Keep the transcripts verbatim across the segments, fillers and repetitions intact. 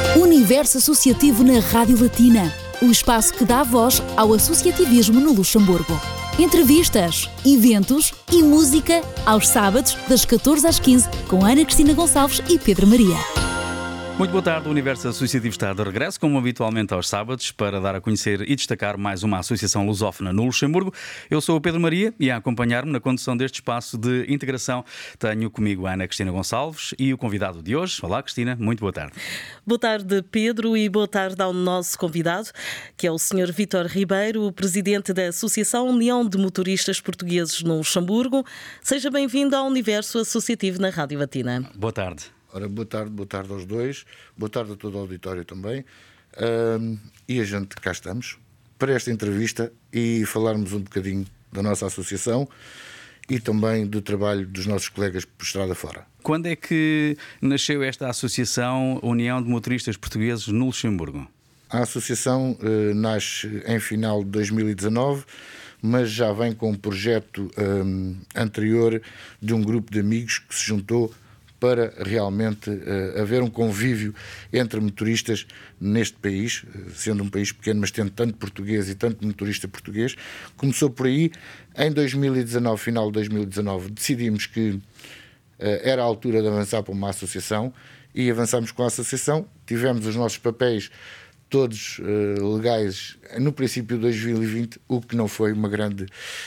Universo Associativo na Rádio Latina, o espaço que dá voz ao associativismo no Luxemburgo. Entrevistas, eventos e música aos sábados das catorze às quinze com Ana Cristina Gonçalves e Pedro Maria. Muito boa tarde, o Universo Associativo está de regresso, como habitualmente aos sábados, para dar a conhecer e destacar mais uma associação lusófona no Luxemburgo. Eu sou o Pedro Maria e a acompanhar-me na condução deste espaço de integração tenho comigo a Ana Cristina Gonçalves e o convidado de hoje. Olá, Cristina, muito boa tarde. Boa tarde, Pedro, e boa tarde ao nosso convidado, que é o senhor Vítor Ribeiro, o presidente da Associação União de Motoristas Portugueses no Luxemburgo. Seja bem-vindo ao Universo Associativo na Rádio Latina. Boa tarde. Ora, boa tarde, boa tarde aos dois, boa tarde a todo o auditório também. Uh, e a gente cá estamos para esta entrevista e falarmos um bocadinho da nossa associação e também do trabalho dos nossos colegas por estrada fora. Quando é que nasceu esta associação União de Motoristas Portugueses no Luxemburgo? A associação uh, nasce em final de dois mil e dezanove, mas já vem com um projeto um, anterior de um grupo de amigos que se juntou para realmente uh, haver um convívio entre motoristas neste país, sendo um país pequeno, mas tendo tanto português e tanto motorista português. Começou por aí. Em dois mil e dezanove, final de dois mil e dezanove, decidimos que uh, era a altura de avançar para uma associação e avançamos com a associação. Tivemos os nossos papéis todos uh, legais no princípio de dois mil e vinte, o que não foi uma grande...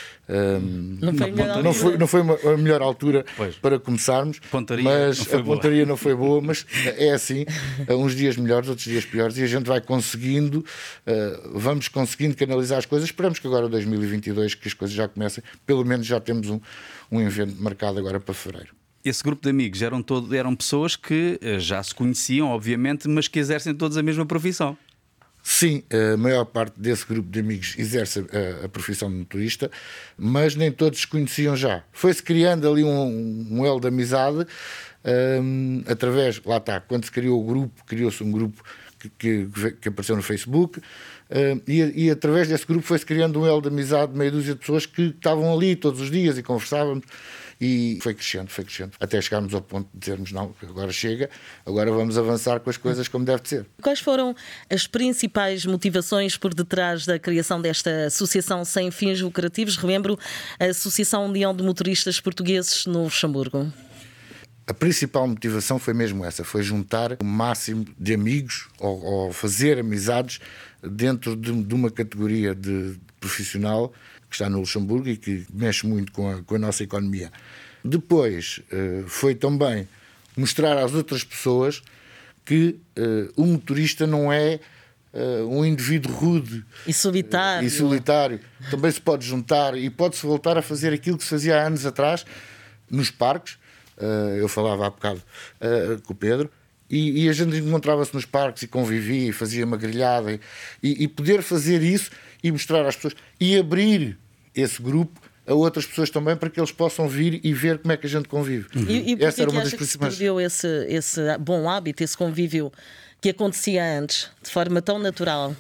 Um, não, foi não, não, foi, não foi uma, a melhor altura pois. Para começarmos, pontaria mas não foi a pontaria boa. Não foi boa, mas é assim, uns dias melhores, outros dias piores, e a gente vai conseguindo, uh, vamos conseguindo canalizar as coisas. Esperamos que agora, dois mil e vinte e dois, que as coisas já comecem, pelo menos já temos um, um evento marcado agora para fevereiro. Esse grupo de amigos eram, todo, eram pessoas que já se conheciam, obviamente, mas que exercem todos a mesma profissão. Sim, a maior parte desse grupo de amigos exerce a, a profissão de motorista, mas nem todos se conheciam já. Foi-se criando ali um, um elo de amizade, um, através, lá está, quando se criou o grupo, criou-se um grupo que, que, que apareceu no Facebook, um, e, e através desse grupo foi-se criando um elo de amizade de meia dúzia de pessoas que estavam ali todos os dias e conversávamos. E foi crescendo, foi crescendo, até chegarmos ao ponto de dizermos não, agora chega, agora vamos avançar com as coisas como deve de ser. Quais foram as principais motivações por detrás da criação desta associação sem fins lucrativos? Relembro, a Associação União de Motoristas Portugueses no Luxemburgo. A principal motivação foi mesmo essa, foi juntar o máximo de amigos ou, ou fazer amizades dentro de, de uma categoria de, de profissional que está no Luxemburgo e que mexe muito com a, com a nossa economia. Depois uh, foi também mostrar às outras pessoas que uh, o motorista não é uh, um indivíduo rude e solitário. Uh, e solitário. Também se pode juntar e pode-se voltar a fazer aquilo que se fazia há anos atrás nos parques. Uh, eu falava há bocado uh, com o Pedro. E, e a gente encontrava-se nos parques e convivia e fazia uma grelhada. E, e poder fazer isso e mostrar às pessoas e abrir esse grupo a outras pessoas também para que eles possam vir e ver como é que a gente convive. Uhum. E, e essa era que uma das principais... principais. Se perdeu esse, esse bom hábito, esse convívio que acontecia antes, de forma tão natural?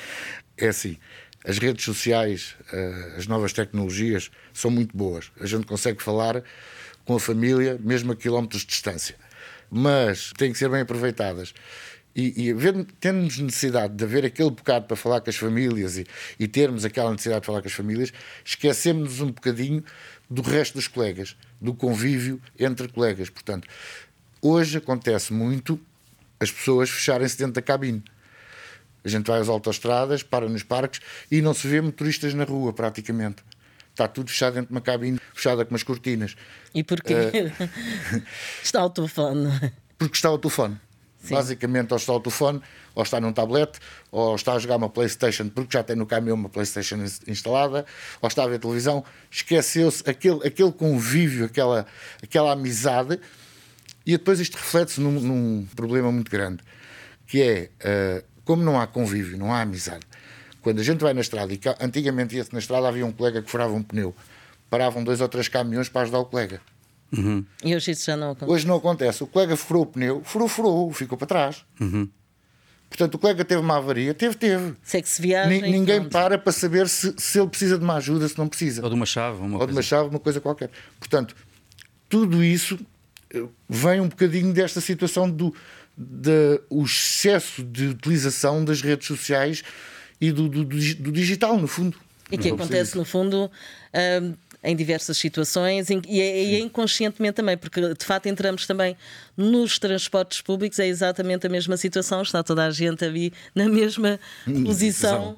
É assim, as redes sociais, as novas tecnologias são muito boas. A gente consegue falar com a família mesmo a quilómetros de distância, mas têm que ser bem aproveitadas. E, e tendo-nos necessidade de haver aquele bocado para falar com as famílias e, e termos aquela necessidade de falar com as famílias, esquecemos-nos um bocadinho do resto dos colegas, do convívio entre colegas. Portanto, hoje acontece muito as pessoas fecharem-se dentro da cabine. A gente vai às autoestradas, para nos parques e não se vê motoristas na rua praticamente. Está tudo fechado dentro de uma cabine, fechada com umas cortinas. E porquê? Uh... está ao telefone. Porque está ao telefone. Sim. Basicamente, ou está ao telefone, ou está num tablet, ou está a jogar uma PlayStation, porque já tem no caminhão uma PlayStation instalada, ou está a ver televisão. Esqueceu-se aquele, aquele convívio, aquela, aquela amizade. E depois isto reflete-se num, num problema muito grande, que é, uh, como não há convívio, não há amizade. Quando a gente vai na estrada, e antigamente ia-se na estrada, havia um colega que furava um pneu, paravam dois ou três caminhões para ajudar o colega. Uhum. E hoje isso já não acontece. Hoje não acontece. O colega furou o pneu, furou, furou, ficou para trás. Uhum. Portanto, o colega teve uma avaria, teve, teve. Segue-se viagem. N- ninguém para para saber se, se ele precisa de uma ajuda, se não precisa. Ou de uma chave, uma Ou coisa. de uma chave, uma coisa qualquer. Portanto, tudo isso vem um bocadinho desta situação do, de, o excesso de utilização das redes sociais e do, do, do digital, no fundo. E que acontece, no fundo, hum, em diversas situações e é, e é inconscientemente também, porque de facto entramos também nos transportes públicos, é exatamente a mesma situação, está toda a gente ali na mesma posição.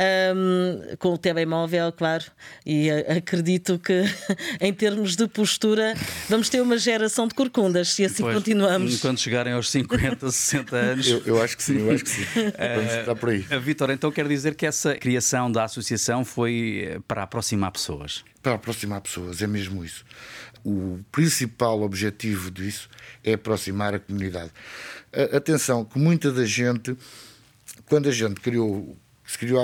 Um, com o telemóvel, claro, e uh, acredito que em termos de postura vamos ter uma geração de corcundas se assim pois, continuamos. Quando chegarem aos cinquenta, sessenta anos. Eu, eu acho que sim, eu acho que sim. Vamos estar por aí. Uh, Vítor, então quer dizer que essa criação da associação foi para aproximar pessoas? Para aproximar pessoas, é mesmo isso. O principal objetivo disso é aproximar a comunidade. Uh, atenção, que muita da gente, quando a gente criou se criou a,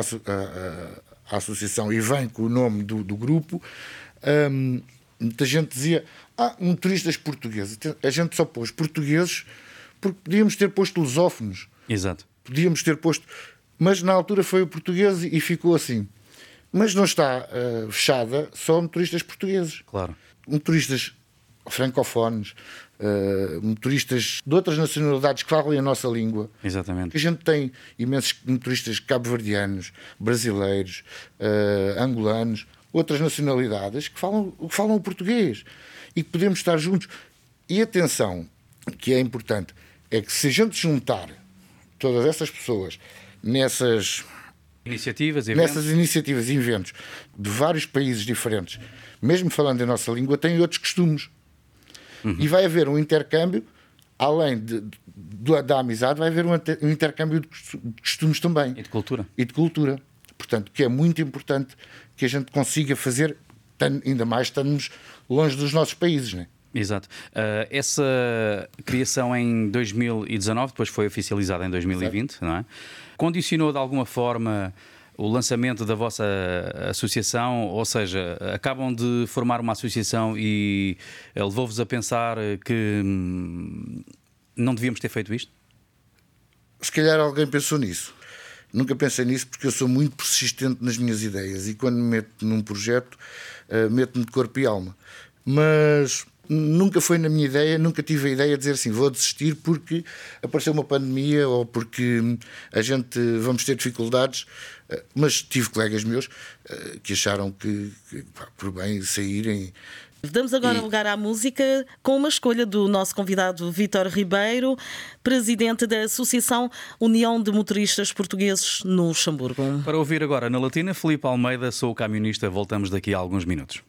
a, a associação e vem com o nome do, do grupo, hum, muita gente dizia ah, motoristas portugueses. A gente só pôs portugueses porque podíamos ter posto lusófonos. Exato. Podíamos ter posto, mas na altura foi o português e ficou assim. Mas não está uh, fechada só motoristas portugueses. Claro. Motoristas francófones, Uh, motoristas de outras nacionalidades que falam a nossa língua. Exatamente. Que a gente tem imensos motoristas cabo-verdianos, brasileiros, uh, angolanos, outras nacionalidades que falam, que falam o português e que podemos estar juntos. E atenção, que é importante, é que se a gente juntar todas essas pessoas nessas iniciativas, eventos. nessas iniciativas e eventos de vários países diferentes, mesmo falando a nossa língua, têm outros costumes. Uhum. E vai haver um intercâmbio, além de, de, da amizade, vai haver um, um intercâmbio de costumes também. E de cultura. E de cultura. Portanto, que é muito importante que a gente consiga fazer, ainda mais estamos longe dos nossos países, não é? Exato. Uh, essa criação em dois mil e dezanove, depois foi oficializada em dois mil e vinte, não é? Condicionou de alguma forma o lançamento da vossa associação, ou seja, acabam de formar uma associação e levou-vos a pensar que não devíamos ter feito isto? Se calhar alguém pensou nisso. Nunca pensei nisso porque eu sou muito persistente nas minhas ideias e quando me meto num projeto, meto-me de corpo e alma. Mas nunca foi na minha ideia, nunca tive a ideia de dizer assim, vou desistir porque apareceu uma pandemia ou porque a gente vamos ter dificuldades. Mas tive colegas meus que acharam que, que pá, por bem saírem. Damos agora e... lugar à música com uma escolha do nosso convidado Vítor Ribeiro, presidente da Associação União de Motoristas Portugueses no Luxemburgo. Para ouvir agora na Latina, Filipe Almeida, Sou Camionista. Voltamos daqui a alguns minutos.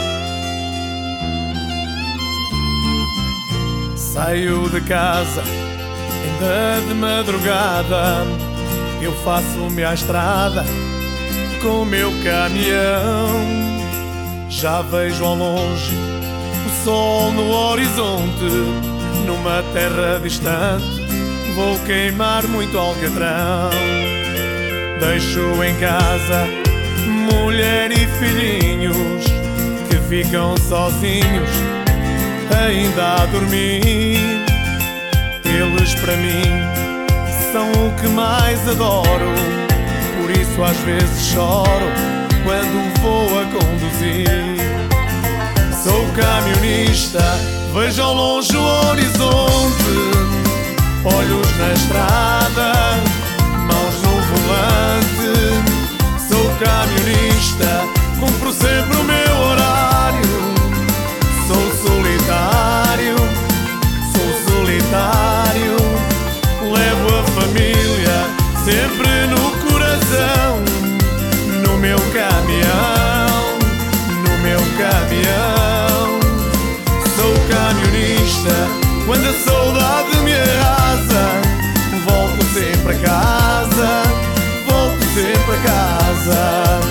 Saio de casa ainda de madrugada, eu faço-me à estrada com o meu caminhão. Já vejo ao longe o sol no horizonte, numa terra distante vou queimar muito alcatrão. Deixo em casa mulher e filhinhos que ficam sozinhos ainda a dormir. Eles para mim são o que mais adoro, por isso às vezes choro quando vou a conduzir. Sou camionista, vejo ao longe o horizonte, olhos na estrada, mãos no volante. Sou camionista, cumpro sempre o meu horário. Sou solitário, sou solitário, levo a família sempre no coração, no meu caminhão, no meu caminhão. Sou camionista, quando a saudade me arrasa, volto sempre a casa, volto sempre a casa.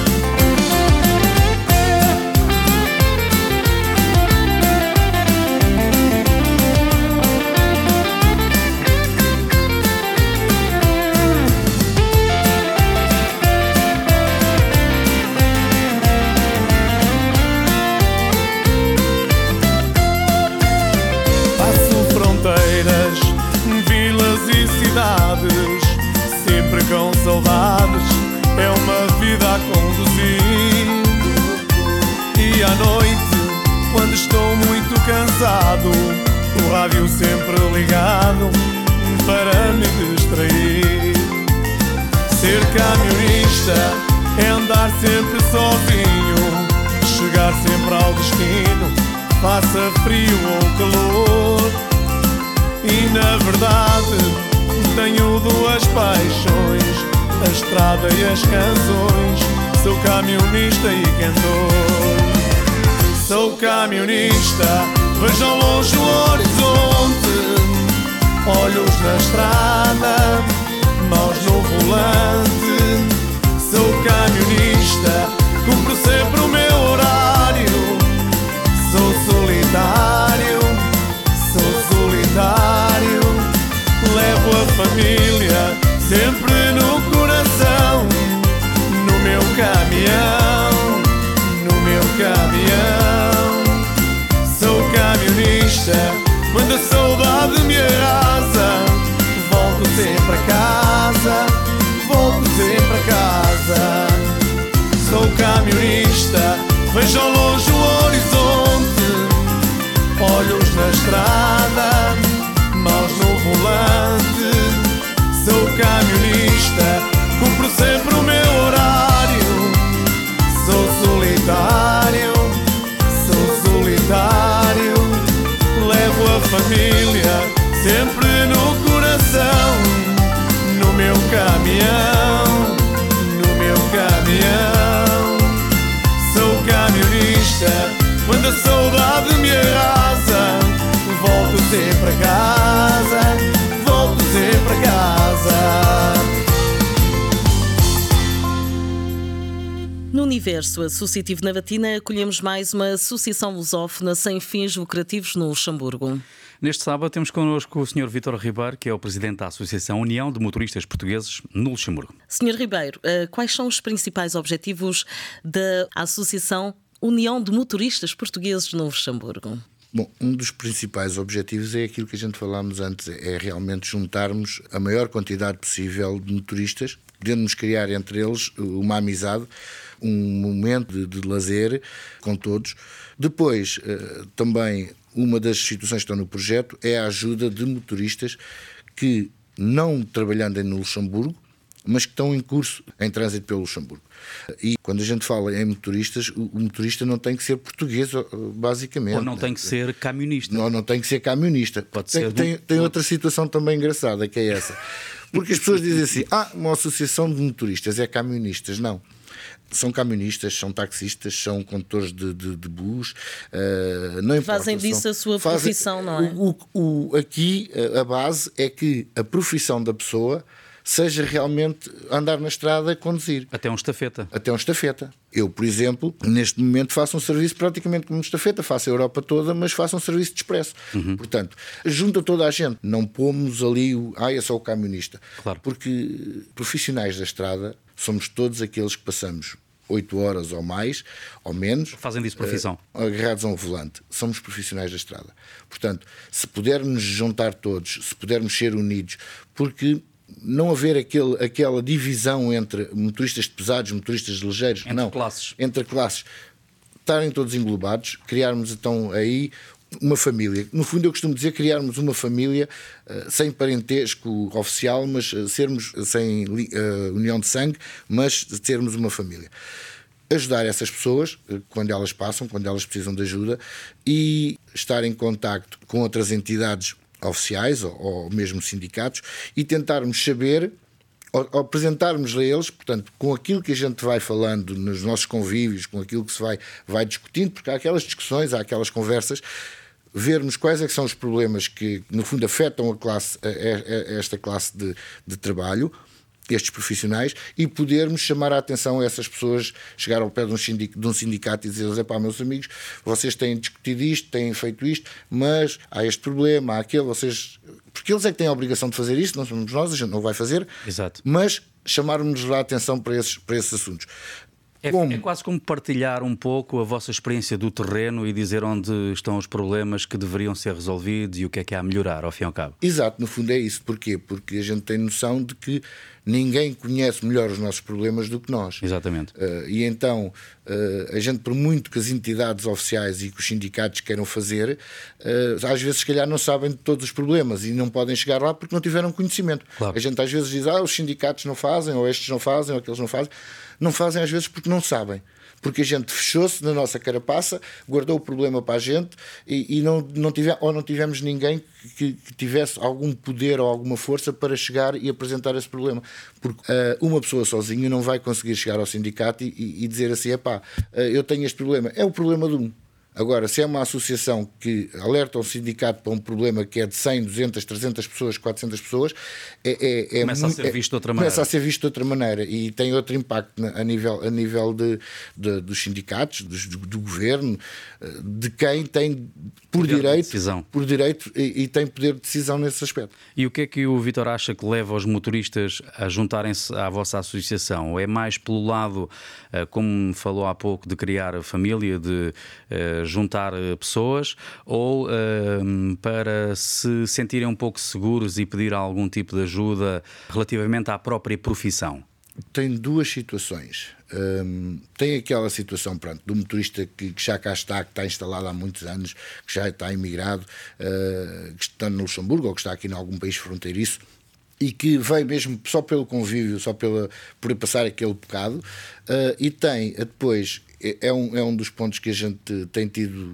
Vilas e cidades, sempre com saudades, é uma vida a conduzir. E à noite, quando estou muito cansado, o rádio sempre ligado para me distrair. Ser camionista é andar sempre sozinho, chegar sempre ao destino, faça frio ou calor. E na verdade tenho duas paixões, a estrada e as canções. Sou camionista e cantor. Sou camionista, vejo ao longe o horizonte, olhos na estrada, nós no volante. Sou camionista, cumpro sempre o meu horário. Sou solitário, sou solitário. Levo a família sempre no coração, no meu caminhão, no meu caminhão. Sou camionista, quando a saudade me arrasa, volto sempre a casa, volto sempre a casa. Sou camionista, vejo ao longe o horizonte, olhos na estrada, nós no volante. Sou camionista, cumpro sempre o meu horário. Sou solitário, sou solitário. Levo a família sempre no coração, no meu caminhão, no meu caminhão. Sou camionista, quando a saudade me arrasa, volto sempre a casa, volto sempre a casa. No Universo Associativo Navatina acolhemos mais uma associação lusófona sem fins lucrativos no Luxemburgo. Neste sábado temos connosco o senhor Vítor Ribeiro, que é o presidente da Associação União de Motoristas Portugueses no Luxemburgo. senhor Ribeiro, quais são os principais objetivos da Associação União de Motoristas Portugueses no Luxemburgo? Bom, um dos principais objetivos é aquilo que a gente falámos antes, é realmente juntarmos a maior quantidade possível de motoristas, podendo-nos criar entre eles uma amizade, um momento de, de lazer com todos. Depois, também, uma das situações que estão no projeto é a ajuda de motoristas que, não trabalhando no Luxemburgo, mas que estão em curso em trânsito pelo Luxemburgo. E quando a gente fala em motoristas, o motorista não tem que ser português, basicamente. Ou não tem que ser camionista. Não, não tem que ser camionista. Pode tem, ser tem, do... tem outra situação também engraçada, que é essa. Porque as pessoas dizem assim, ah, uma associação de motoristas é camionistas. Não. São camionistas, são taxistas, são condutores de, de, de bus. Uh, não importa, fazem disso são, a sua fazem, profissão, não é? O, o, o, aqui a base é que a profissão da pessoa seja realmente andar na estrada a conduzir. Até um estafeta. Até um estafeta. Eu, por exemplo, neste momento faço um serviço praticamente como um estafeta, faço a Europa toda, mas faço um serviço de expresso. Uhum. Portanto, junta toda a gente. Não pomos ali o, ah, é só o camionista. Claro. Porque profissionais da estrada somos todos aqueles que passamos oito horas ou mais, ou menos. Fazem disso profissão. Uh, agarrados a um volante. Somos profissionais da estrada. Portanto, se pudermos juntar todos, se pudermos ser unidos, porque não haver aquele, aquela divisão entre motoristas de pesados, motoristas de ligeiros, entre não. classes. Entre classes. Estarem todos englobados, criarmos então aí uma família. No fundo, eu costumo dizer criarmos uma família uh, sem parentesco oficial, mas uh, sermos sem uh, união de sangue, mas termos uma família. Ajudar essas pessoas uh, quando elas passam, quando elas precisam de ajuda, e estar em contacto com outras entidades oficiais ou, ou mesmo sindicatos e tentarmos saber, ou, ou apresentarmos a eles, portanto, com aquilo que a gente vai falando nos nossos convívios, com aquilo que se vai, vai discutindo, porque há aquelas discussões, há aquelas conversas, vermos quais é que são os problemas que, no fundo, afetam a classe, a, a, a esta classe de, de trabalho, estes profissionais, e podermos chamar a atenção a essas pessoas, chegar ao pé de um sindicato, de um sindicato e dizer-lhes, epá, meus amigos, vocês têm discutido isto, têm feito isto, mas há este problema, há aquele, vocês... Porque eles é que têm a obrigação de fazer isto, não somos nós, a gente não vai fazer. Exato. Mas chamarmos a atenção para esses, para esses assuntos. É, é quase como partilhar um pouco a vossa experiência do terreno e dizer onde estão os problemas que deveriam ser resolvidos e o que é que há a melhorar, ao fim e ao cabo. Exato, no fundo é isso. Porquê? Porque a gente tem noção de que ninguém conhece melhor os nossos problemas do que nós. Exatamente. Uh, e então Uh, a gente, por muito que as entidades oficiais e que os sindicatos queiram fazer, uh, às vezes, se calhar, não sabem de todos os problemas e não podem chegar lá porque não tiveram conhecimento. Claro. A gente às vezes diz, ah, os sindicatos não fazem, ou estes não fazem, ou aqueles não fazem. Não fazem às vezes porque não sabem. Porque a gente fechou-se na nossa carapaça, guardou o problema para a gente e, e não, não tive, ou não tivemos ninguém que, que tivesse algum poder ou alguma força para chegar e apresentar esse problema. Porque uh, uma pessoa sozinha não vai conseguir chegar ao sindicato e, e, e dizer assim, epá, uh, eu tenho este problema. É o problema de um. Agora, se é uma associação que alerta um sindicato para um problema que é de cem, duzentas, trezentas pessoas, quatrocentas pessoas, é, é, é começa muito, a ser visto de outra maneira. Começa a ser visto de outra maneira e tem outro impacto a nível, a nível de, de, dos sindicatos, dos, do, do governo, de quem tem por poder direito, de por direito e, e tem poder de decisão nesse aspecto. E o que é que o Vítor acha que leva os motoristas a juntarem-se à vossa associação? É mais pelo lado, como falou há pouco, de criar família, de juntar pessoas, ou uh, para se sentirem um pouco seguros e pedir algum tipo de ajuda relativamente à própria profissão? Tem duas situações. Um, tem aquela situação, pronto, do motorista que, que já cá está, que está instalado há muitos anos, que já está imigrado, uh, que está no Luxemburgo ou que está aqui em algum país fronteiriço e que veio mesmo só pelo convívio, só pela, por passar aquele bocado, uh, e tem depois... É um, é um dos pontos que a gente tem tido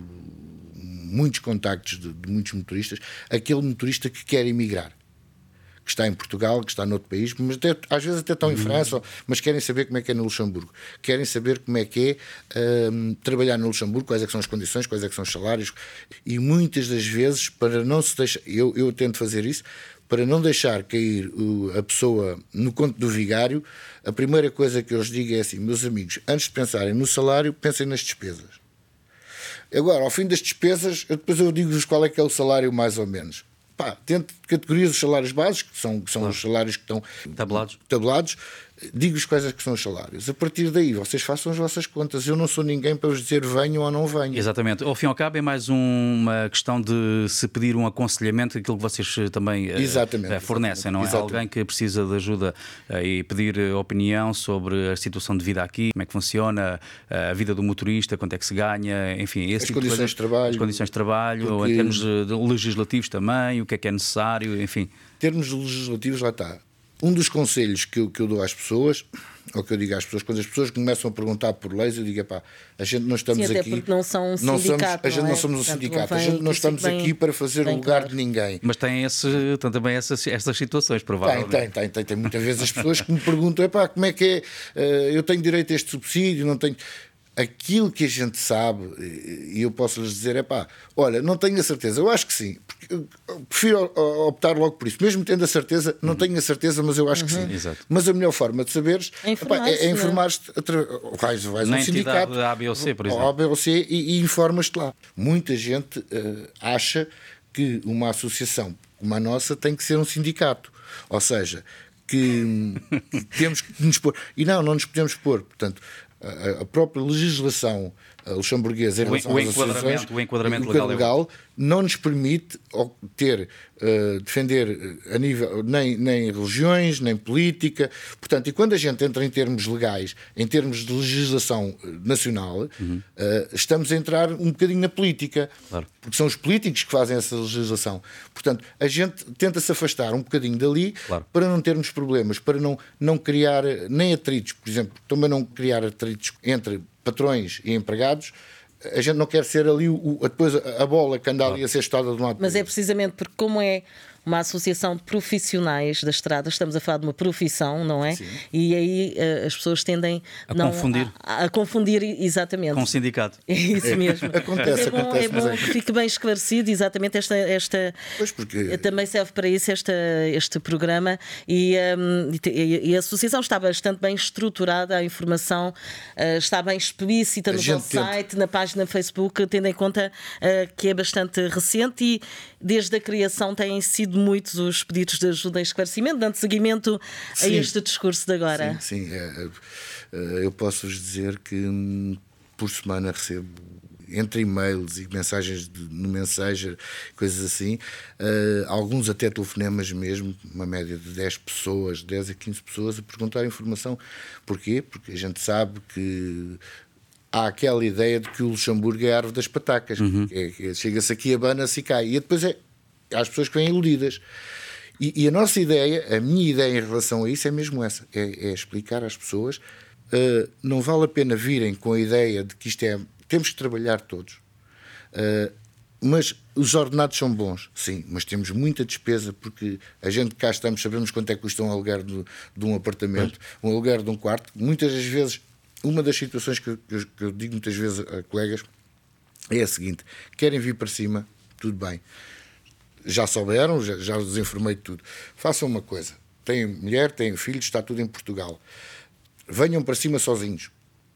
muitos contactos de, de muitos motoristas, aquele motorista que quer emigrar, que está em Portugal, que está noutro país, mas até, às vezes até estão em França, mas querem saber como é que é no Luxemburgo, querem saber como é que é um, trabalhar no Luxemburgo, quais é que são as condições, quais é que são os salários, e muitas das vezes, para não se deixar, eu, eu tento fazer isso, para não deixar cair a pessoa no conto do vigário, a primeira coisa que eu lhes digo é assim, meus amigos, antes de pensarem no salário, pensem nas despesas. Agora, ao fim das despesas, eu depois eu digo-vos qual é que é o salário mais ou menos. Pá, dentro de categorias os salários básicos, que são, que são claro. Os salários que estão tabelados, tabelados digo-vos quais é que são os salários. A partir daí, vocês façam as vossas contas. Eu não sou ninguém para vos dizer venham ou não venham. Exatamente. Ao fim e ao cabo é mais um, uma questão de se pedir um aconselhamento, aquilo que vocês também exatamente, uh, fornecem, não é? Exatamente. Alguém que precisa de ajuda uh, e pedir opinião sobre a situação de vida aqui, como é que funciona uh, a vida do motorista, quanto é que se ganha, enfim, esse as tipo condições de, de trabalho, as condições de trabalho, porque... em termos legislativos também, o que é que é necessário, enfim. Em termos legislativos, lá está. Um dos conselhos que eu, que eu dou às pessoas, ou que eu digo às pessoas, quando as pessoas começam a perguntar por leis, eu digo, epá, a gente não estamos Sim, até aqui... porque não são um não sindicato, somos, A gente não, é? não somos um Portanto, sindicato, a gente não estamos bem, aqui para fazer o lugar claro. de ninguém. Mas tem, esse, tem também essas, essas situações, provavelmente. Tem, tem, tem, tem, tem. Muitas vezes as pessoas que me perguntam, epá, como é que é, eu tenho direito a este subsídio, não tenho... Aquilo que a gente sabe, e eu posso lhes dizer, é pá, olha, não tenho a certeza, eu acho que sim, porque prefiro optar logo por isso, mesmo tendo a certeza, não tenho a certeza, mas eu acho que uhum. sim. Exato. Mas a melhor forma de saberes é informar-te, é, é informar-te, vais, vais a um sindicato, A, B ou C, por exemplo. A, B ou C e, e informas-te lá. Muita gente uh, acha que uma associação como a nossa tem que ser um sindicato, ou seja, que, que temos que nos pôr, e não, não nos podemos pôr, portanto. A própria legislação luxemburguesa em relação o às associações, o enquadramento o legal, legal não nos permite ter, uh, defender a nível, nem, nem religiões, nem política. Portanto, e quando a gente entra em termos legais, em termos de legislação nacional, uhum. uh, estamos a entrar um bocadinho na política. Claro. Porque são os políticos que fazem essa legislação. Portanto, a gente tenta-se afastar um bocadinho dali claro. Para não termos problemas, para não, não criar nem atritos, por exemplo, também não criar atritos entre patrões e empregados. A gente não quer ser ali o, depois a bola que anda ali a ser estada de um lado. Mas é precisamente porque, como é uma associação de profissionais da estrada, estamos a falar de uma profissão, não é? Sim. E aí uh, as pessoas tendem a não, confundir. A, a confundir, exatamente. Com o sindicato. É isso mesmo. É, acontece, é bom, acontece, é bom é. que fique bem esclarecido exatamente esta. esta pois porque... Também serve para isso esta, este programa e, um, e, e a associação está bastante bem estruturada, a informação uh, está bem explícita no vosso site, tenta... na página Facebook, tendo em conta uh, que é bastante recente e desde a criação têm sido muitos os pedidos de ajuda e esclarecimento, dando seguimento sim. a este discurso de agora. Sim, sim. É, é, eu posso-vos dizer que por semana recebo entre e-mails e mensagens de, no Messenger, coisas assim, uh, alguns até telefonemas mesmo, uma média de dez pessoas, dez a quinze pessoas a perguntar informação. Porquê? Porque a gente sabe que há aquela ideia de que o Luxemburgo é a árvore das patacas. Uhum. É, é, chega-se aqui, abana-se e cai. E depois é, há as pessoas que vêm iludidas. E, e a nossa ideia, a minha ideia em relação a isso é mesmo essa. É, é explicar às pessoas, uh, não vale a pena virem com a ideia de que isto é... Temos que trabalhar todos. Uh, mas os ordenados são bons, sim, mas temos muita despesa, porque a gente cá estamos, sabemos quanto é que custa um aluguer de, de um apartamento, um aluguer de um quarto. Muitas das vezes, uma das situações que eu, que eu, que eu digo muitas vezes a colegas é a seguinte: querem vir para cima, tudo bem, já souberam, já, já os informei de tudo, façam uma coisa, têm mulher, têm filhos, está tudo em Portugal, venham para cima sozinhos,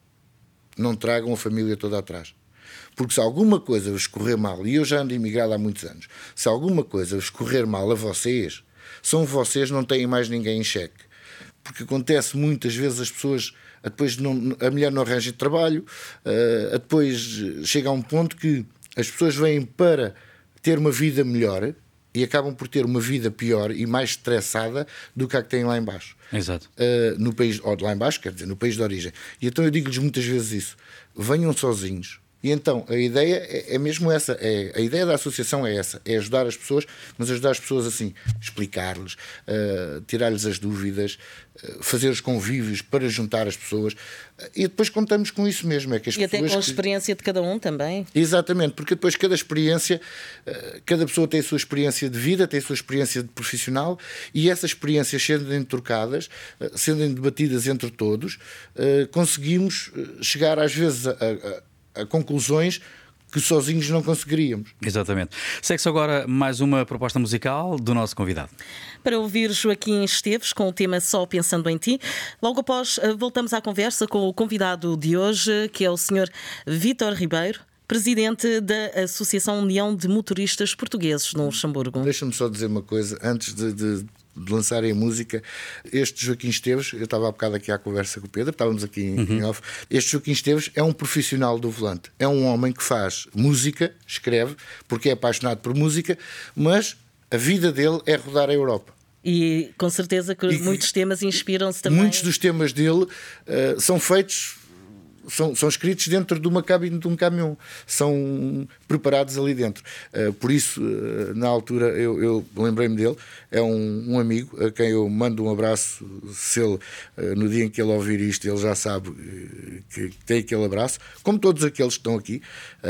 não tragam a família toda atrás. Porque se alguma coisa vos correr mal, e eu já ando imigrado há muitos anos, se alguma coisa vos correr mal a vocês, são vocês, não têm mais ninguém em xeque. Porque acontece muitas vezes as pessoas, depois não, a mulher não arranja trabalho, uh, depois chega a um ponto que as pessoas vêm para ter uma vida melhor e acabam por ter uma vida pior e mais estressada do que a que têm lá em baixo. Exato. Uh, no país, ou de lá em baixo, quer dizer, no país de origem. E então eu digo-lhes muitas vezes isso: venham sozinhos. E então a ideia é, é mesmo essa, é, a ideia da associação é essa, é ajudar as pessoas, mas ajudar as pessoas assim, explicar-lhes, uh, tirar-lhes as dúvidas, uh, fazer os convívios para juntar as pessoas, uh, e depois contamos com isso mesmo. É que as e até com a que... experiência de cada um também. Exatamente, porque depois cada experiência, uh, cada pessoa tem a sua experiência de vida, tem a sua experiência de profissional, e essas experiências sendo trocadas, uh, sendo debatidas entre todos, uh, conseguimos chegar às vezes a, a a conclusões que sozinhos não conseguiríamos. Exatamente. Segue-se agora mais uma proposta musical do nosso convidado. Para ouvir Joaquim Esteves com o tema Só Pensando em Ti. Logo após, voltamos à conversa com o convidado de hoje, que é o senhor Vítor Ribeiro, presidente da Associação União de Motoristas Portugueses no Luxemburgo. Deixa-me só dizer uma coisa, antes de... de... de lançarem a música. Este Joaquim Esteves, eu estava há bocado aqui à conversa com o Pedro, estávamos aqui em, uhum. em off. Este Joaquim Esteves é um profissional do volante, é um homem que faz música, escreve, porque é apaixonado por música, mas a vida dele é rodar a Europa. E com certeza que e, muitos temas inspiram-se também. Muitos dos temas dele uh, são feitos, São, são escritos dentro de uma cabine de um caminhão, são preparados ali dentro. Uh, por isso, uh, na altura, eu, eu lembrei-me dele. É um, um amigo a quem eu mando um abraço. Se ele, uh, no dia em que ele ouvir isto, ele já sabe uh, que tem aquele abraço. Como todos aqueles que estão aqui,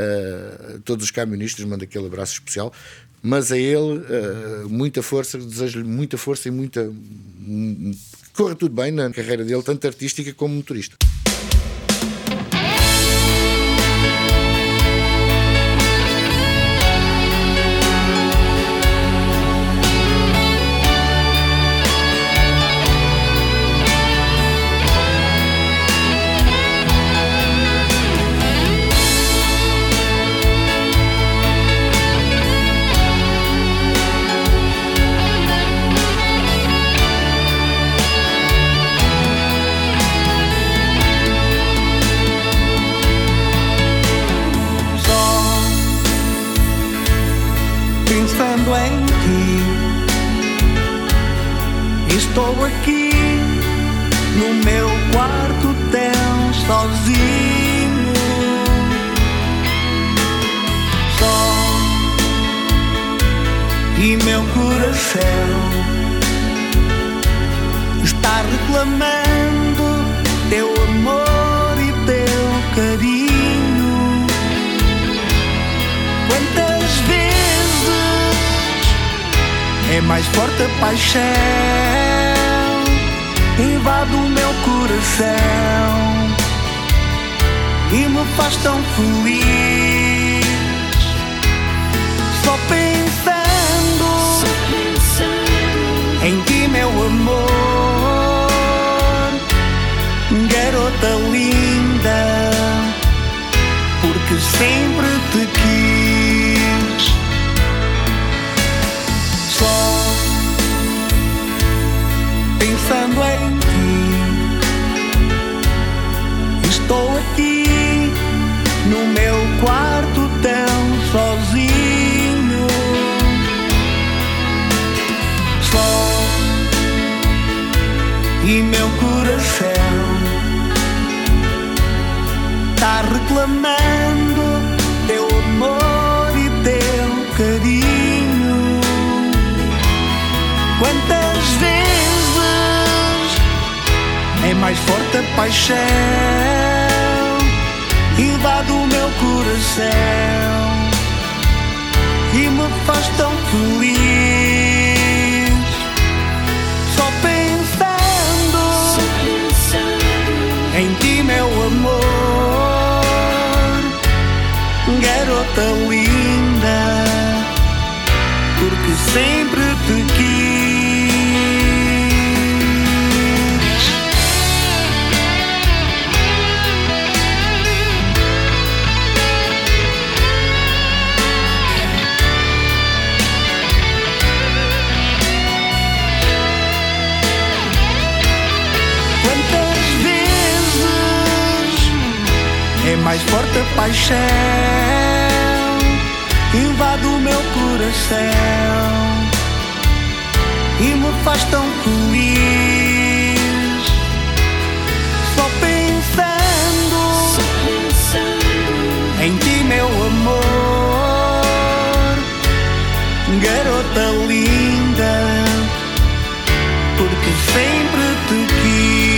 uh, todos os camionistas, mando aquele abraço especial. Mas a ele, uh, muita força, desejo-lhe muita força e muita. Um, corra tudo bem na carreira dele, tanto artística como motorista. Pensando em ti, estou aqui no meu quarto tão sozinho, só, e meu coração está reclamando teu amor e teu carinho. Quantas vezes é mais forte a paixão, invade o meu coração e me faz tão feliz. Só pensando, Só pensando em ti, meu amor, garota linda, porque sempre te quis. Só pensando em ti, estou aqui no meu quarto tão sozinho, só, e meu coração tá está reclamando teu amor e teu carinho. Quantas vezes é mais forte a paixão invade o meu coração e me faz tão feliz. Só pensando, Só pensando em ti, meu amor, garota linda, porque sempre te quis. É mais forte a paixão invade o meu coração e me faz tão feliz. Só pensando, Só pensando em ti, meu amor, garota linda, porque sempre te quis.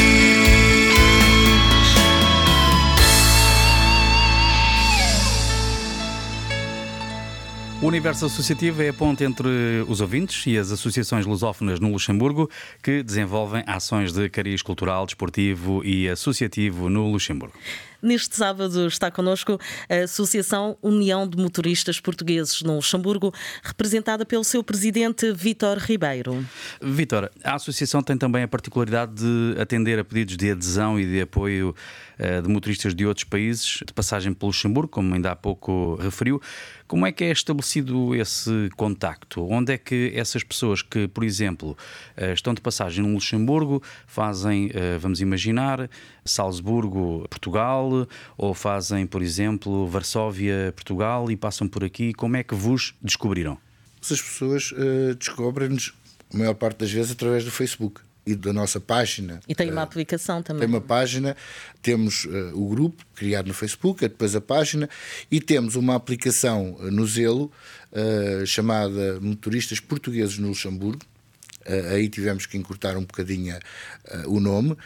O Universo Associativo é a ponte entre os ouvintes e as associações lusófonas no Luxemburgo que desenvolvem ações de cariz cultural, desportivo e associativo no Luxemburgo. Neste sábado está connosco a Associação União de Motoristas Portugueses no Luxemburgo, representada pelo seu presidente Vítor Ribeiro. Vítor, a associação tem também a particularidade de atender a pedidos de adesão e de apoio uh, de motoristas de outros países de passagem pelo Luxemburgo, como ainda há pouco referiu. Como é que é estabelecido esse contacto? Onde é que essas pessoas que, por exemplo, uh, estão de passagem no Luxemburgo, fazem, uh, vamos imaginar, Salzburgo, Portugal, ou fazem, por exemplo, Varsóvia, Portugal e passam por aqui? Como é que vos descobriram? As pessoas uh, descobrem-nos, a maior parte das vezes, através do Facebook e da nossa página. E tem uma uh, aplicação também. Tem uma página, temos uh, o grupo criado no Facebook, é depois a página, e temos uma aplicação uh, no Zelo uh, chamada Motoristas Portugueses no Luxemburgo. Uh, aí tivemos que encurtar um bocadinho uh, o nome.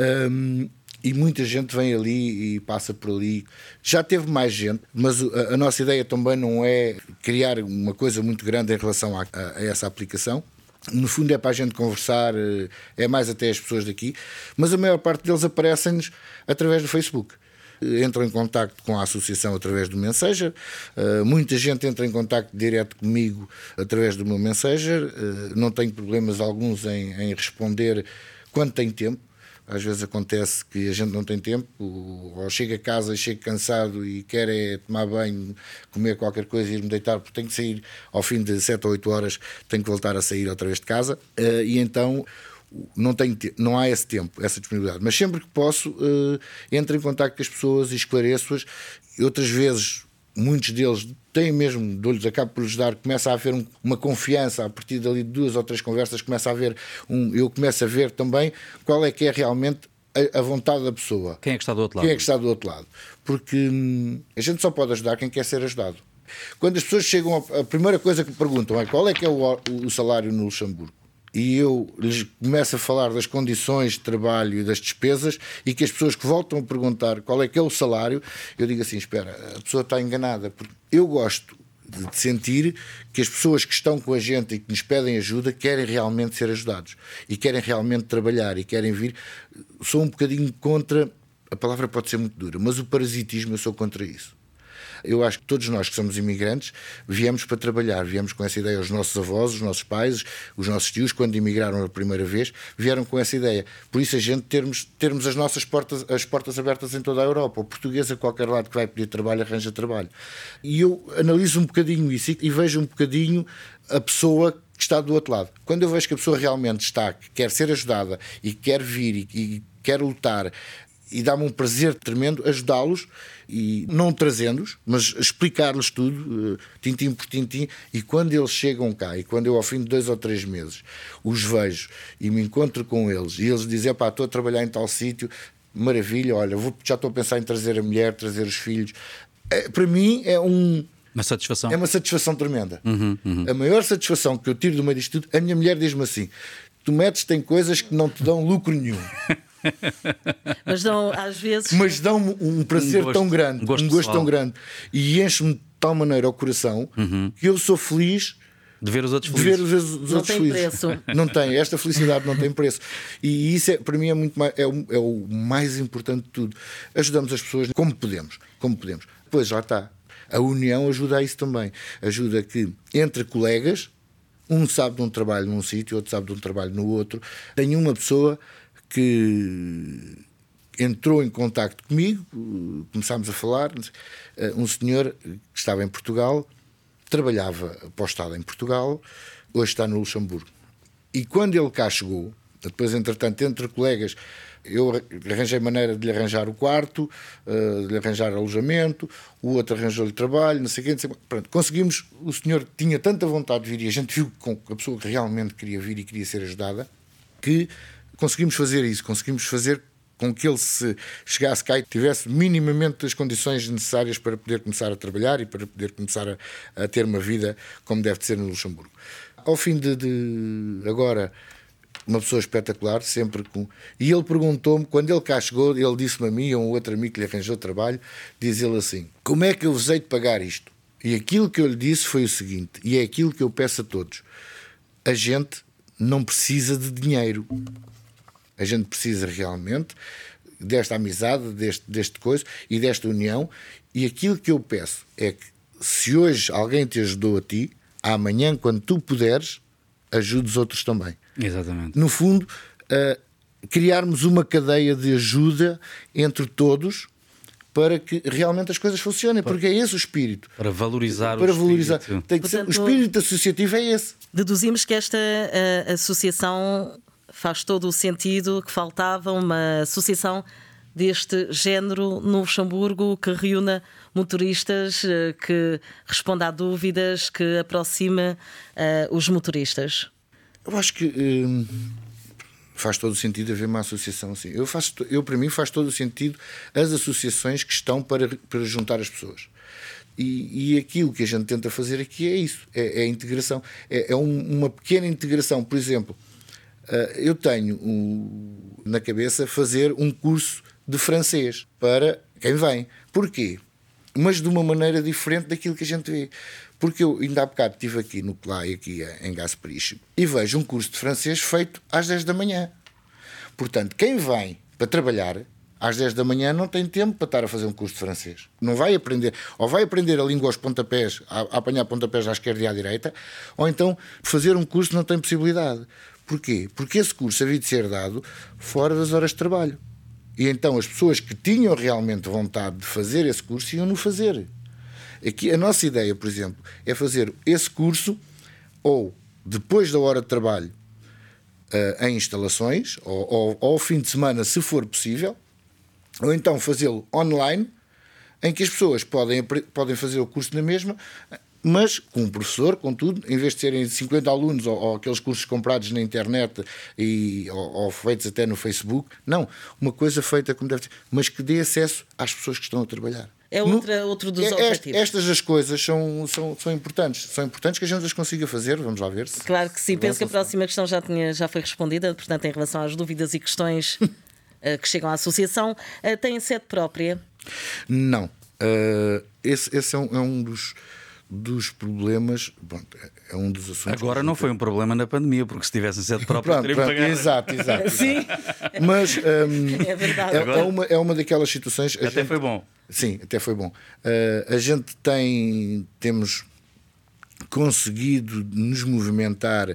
Um, E muita gente vem ali e passa por ali. Já teve mais gente, mas a, a nossa ideia também não é criar uma coisa muito grande em relação a, a, a essa aplicação. No fundo é para a gente conversar, é mais até as pessoas daqui, mas a maior parte deles aparecem-nos através do Facebook. Entram em contacto com a associação através do Messenger. Uh, muita gente entra em contacto direto comigo através do meu Messenger. Uh, não tenho problemas alguns em, em responder quando tem tempo. Às vezes acontece que a gente não tem tempo, ou chega a casa e chega cansado e quer é tomar banho, comer qualquer coisa e ir-me deitar, porque tenho que sair ao fim de sete ou oito horas, tenho que voltar a sair outra vez de casa, e então não, tenho, não há esse tempo, essa disponibilidade. Mas sempre que posso, entro em contacto com as pessoas e esclareço-as. Outras vezes, muitos deles têm mesmo, dou-lhes, acabo por lhes dar, começa a haver um, uma confiança a partir dali de duas ou três conversas, começa a haver um, eu começo a ver também qual é que é realmente a, a vontade da pessoa. Quem é que está do outro lado? Quem é que está do outro lado? Porque hum, a gente só pode ajudar quem quer ser ajudado. Quando as pessoas chegam, a, a primeira coisa que perguntam é qual é que é o, o salário no Luxemburgo. E eu lhes começo a falar das condições de trabalho e das despesas, e que as pessoas que voltam a perguntar qual é que é o salário, eu digo assim, espera, a pessoa está enganada, porque eu gosto de sentir que as pessoas que estão com a gente e que nos pedem ajuda querem realmente ser ajudados e querem realmente trabalhar e querem vir. Sou um bocadinho contra, a palavra pode ser muito dura, mas o parasitismo, eu sou contra isso. Eu acho que todos nós que somos imigrantes viemos para trabalhar, viemos com essa ideia. Os nossos avós, os nossos pais, os nossos tios, quando emigraram a primeira vez, vieram com essa ideia. Por isso a gente termos, termos as nossas portas, as portas abertas em toda a Europa. O português a qualquer lado que vai pedir trabalho, arranja trabalho. E eu analiso um bocadinho isso e vejo um bocadinho a pessoa que está do outro lado. Quando eu vejo que a pessoa realmente está, que quer ser ajudada e quer vir e, e quer lutar, e dá-me um prazer tremendo ajudá-los, e não trazendo-os, mas explicar-lhes tudo, tintim por tintim, e quando eles chegam cá, e quando eu ao fim de dois ou três meses os vejo e me encontro com eles, e eles dizem, pá, estou a trabalhar em tal sítio, maravilha, olha, vou, já estou a pensar em trazer a mulher, trazer os filhos. É, para mim é um... Uma satisfação. É uma satisfação tremenda. Uhum, uhum. A maior satisfação que eu tiro do meio disto tudo, a minha mulher diz-me assim: tu metes-te em coisas que não te dão lucro nenhum. Mas dão, às vezes. Mas dão um prazer Um gosto, tão grande, um gosto um gosto pessoal. tão grande, e enche-me de tal maneira ao coração Uhum. que eu sou feliz De ver os outros de ver felizes. os, os Não outros tem felizes. preço. Não tem, esta felicidade não tem preço. E isso é, para mim é, muito mais, é, o, é o mais importante de tudo. Ajudamos as pessoas como podemos, como podemos. Pois já está. A união ajuda a isso também. Ajuda que entre colegas, um sabe de um trabalho num sítio, outro sabe de um trabalho no outro. Tenho uma pessoa que entrou em contacto comigo, começámos a falar, um senhor que estava em Portugal, trabalhava postado em Portugal, hoje está no Luxemburgo. E quando ele cá chegou, depois, entretanto, entre colegas, eu arranjei maneira de lhe arranjar o quarto, de lhe arranjar alojamento, o outro arranjou-lhe trabalho, não sei o quê, não sei o quê. Pronto, conseguimos, o senhor tinha tanta vontade de vir, e a gente viu com a pessoa que realmente queria vir e queria ser ajudada, que conseguimos fazer isso, conseguimos fazer com que ele se chegasse cá e tivesse minimamente as condições necessárias para poder começar a trabalhar e para poder começar a, a ter uma vida como deve ser no Luxemburgo. Ao fim de, de agora, uma pessoa espetacular, sempre com... E ele perguntou-me, quando ele cá chegou, ele disse-me a mim, a um outro amigo que lhe arranjou trabalho, diz ele assim: como é que eu vos hei de pagar isto? E aquilo que eu lhe disse foi o seguinte, e é aquilo que eu peço a todos: a gente não precisa de dinheiro. A gente precisa realmente desta amizade, deste, deste coisa e desta união. E aquilo que eu peço é que, se hoje alguém te ajudou a ti, amanhã, quando tu puderes, ajude os outros também. Exatamente. No fundo, uh, criarmos uma cadeia de ajuda entre todos para que realmente as coisas funcionem, porque é esse o espírito. Para valorizar para o valorizar. espírito. Tem que ser, Portanto, o espírito associativo é esse. Deduzimos que esta a, associação faz todo o sentido, que faltava uma associação deste género no Luxemburgo que reúna motoristas, que responda a dúvidas, que aproxima uh, os motoristas. Eu acho que hum, faz todo o sentido haver uma associação assim. Eu, faço, eu, para mim, faz todo o sentido as associações que estão para, para juntar as pessoas. E, e aquilo que a gente tenta fazer aqui é isso, é, é a integração. É, é um, uma pequena integração. Por exemplo, uh, eu tenho um, na cabeça fazer um curso de francês para quem vem. Porquê? Mas de uma maneira diferente daquilo que a gente vê. Porque eu ainda há bocado estive aqui no Play, aqui em Gasperich, e vejo um curso de francês feito às dez da manhã. Portanto, quem vem para trabalhar às dez da manhã não tem tempo para estar a fazer um curso de francês. Não vai aprender, ou vai aprender a língua aos pontapés, a, a apanhar pontapés à esquerda e à direita, ou então fazer um curso não tem possibilidade. Porquê? Porque esse curso havia de ser dado fora das horas de trabalho. E então as pessoas que tinham realmente vontade de fazer esse curso iam-no fazer. Aqui, a nossa ideia, por exemplo, é fazer esse curso ou depois da hora de trabalho uh, em instalações, ou, ou, ou ao fim de semana, se for possível, ou então fazê-lo online, em que as pessoas podem, podem fazer o curso na mesma, mas com um professor, com tudo, em vez de serem cinquenta alunos ou, ou aqueles cursos comprados na internet e, ou, ou feitos até no Facebook, não, uma coisa feita como deve ser, mas que dê acesso às pessoas que estão a trabalhar. É outra, no, outro dos é, objetivos. Estas as coisas são, são, são importantes. São importantes que a gente as consiga fazer. Vamos lá ver se. Claro que sim. Penso que a próxima questão já, tinha, já foi respondida. Portanto, em relação às dúvidas e questões uh, que chegam à associação, uh, tem sede própria? Não. Uh, esse esse é, um, é um dos. dos problemas, pronto, é um dos assuntos. Agora não foi um problema na pandemia, porque se tivessem sede própria, pronto, teriam pronto, pagado. Exato, exato. Sim. Mas um, é verdade. É, é, uma, é uma daquelas situações. Até gente, foi bom. Sim, até foi bom. Uh, a gente tem, temos conseguido nos movimentar uh,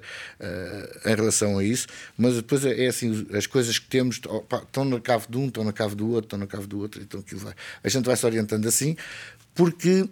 em relação a isso, mas depois é, é assim, as coisas que temos opa, estão na cave de um, estão na cave do outro, estão na cave do outro, então aquilo vai. A gente vai se orientando assim, porque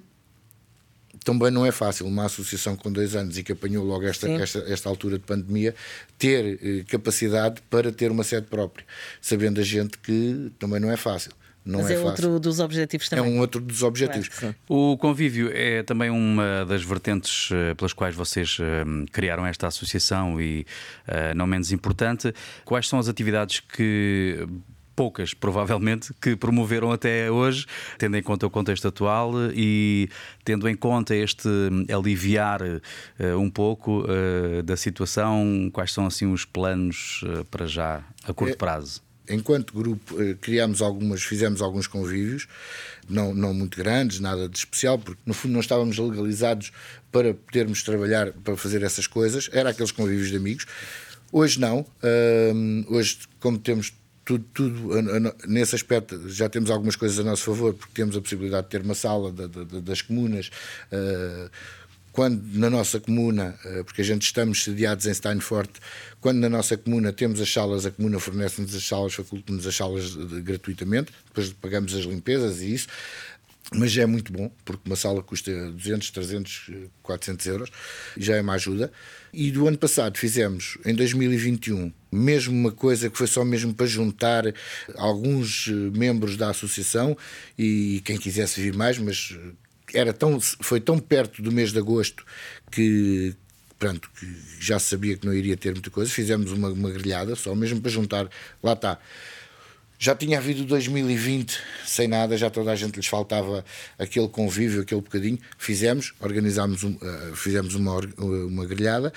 também não é fácil uma associação com dois anos e que apanhou logo esta, esta, esta altura de pandemia ter eh, capacidade para ter uma sede própria, sabendo a gente que também não é fácil. Não Mas é, é fácil. outro dos objetivos também. É um outro dos objetivos. Claro. O convívio é também uma das vertentes pelas quais vocês criaram esta associação e, não menos importante, quais são as atividades que poucas, provavelmente, que promoveram até hoje, tendo em conta o contexto atual e tendo em conta este aliviar uh, um pouco uh, da situação. Quais são assim os planos uh, para já a curto prazo? Enquanto grupo criámos algumas, fizemos alguns convívios, não, não muito grandes, nada de especial, porque no fundo não estávamos legalizados para podermos trabalhar, para fazer essas coisas, era aqueles convívios de amigos. Hoje não, uh, hoje como temos tudo, tudo uh, uh, nesse aspecto já temos algumas coisas a nosso favor, porque temos a possibilidade de ter uma sala de, de, das comunas, uh, quando na nossa comuna, porque a gente estamos sediados em Steinfort, quando na nossa comuna temos as salas, a comuna fornece-nos as salas, faculta-nos as salas de, de, gratuitamente, depois pagamos as limpezas e isso, mas já é muito bom, porque uma sala custa duzentos, trezentos, quatrocentos euros, já é uma ajuda. E do ano passado fizemos, em dois mil e vinte e um, mesmo uma coisa que foi só mesmo para juntar alguns membros da associação e quem quisesse vir mais, mas... Era tão, foi tão perto do mês de agosto que, pronto, que já se sabia que não iria ter muita coisa. Fizemos uma, uma grelhada, só mesmo para juntar. Lá está. Já tinha havido dois mil e vinte sem nada, já toda a gente lhes faltava aquele convívio, aquele bocadinho. Fizemos, organizámos, um, uh, fizemos uma, uma grelhada.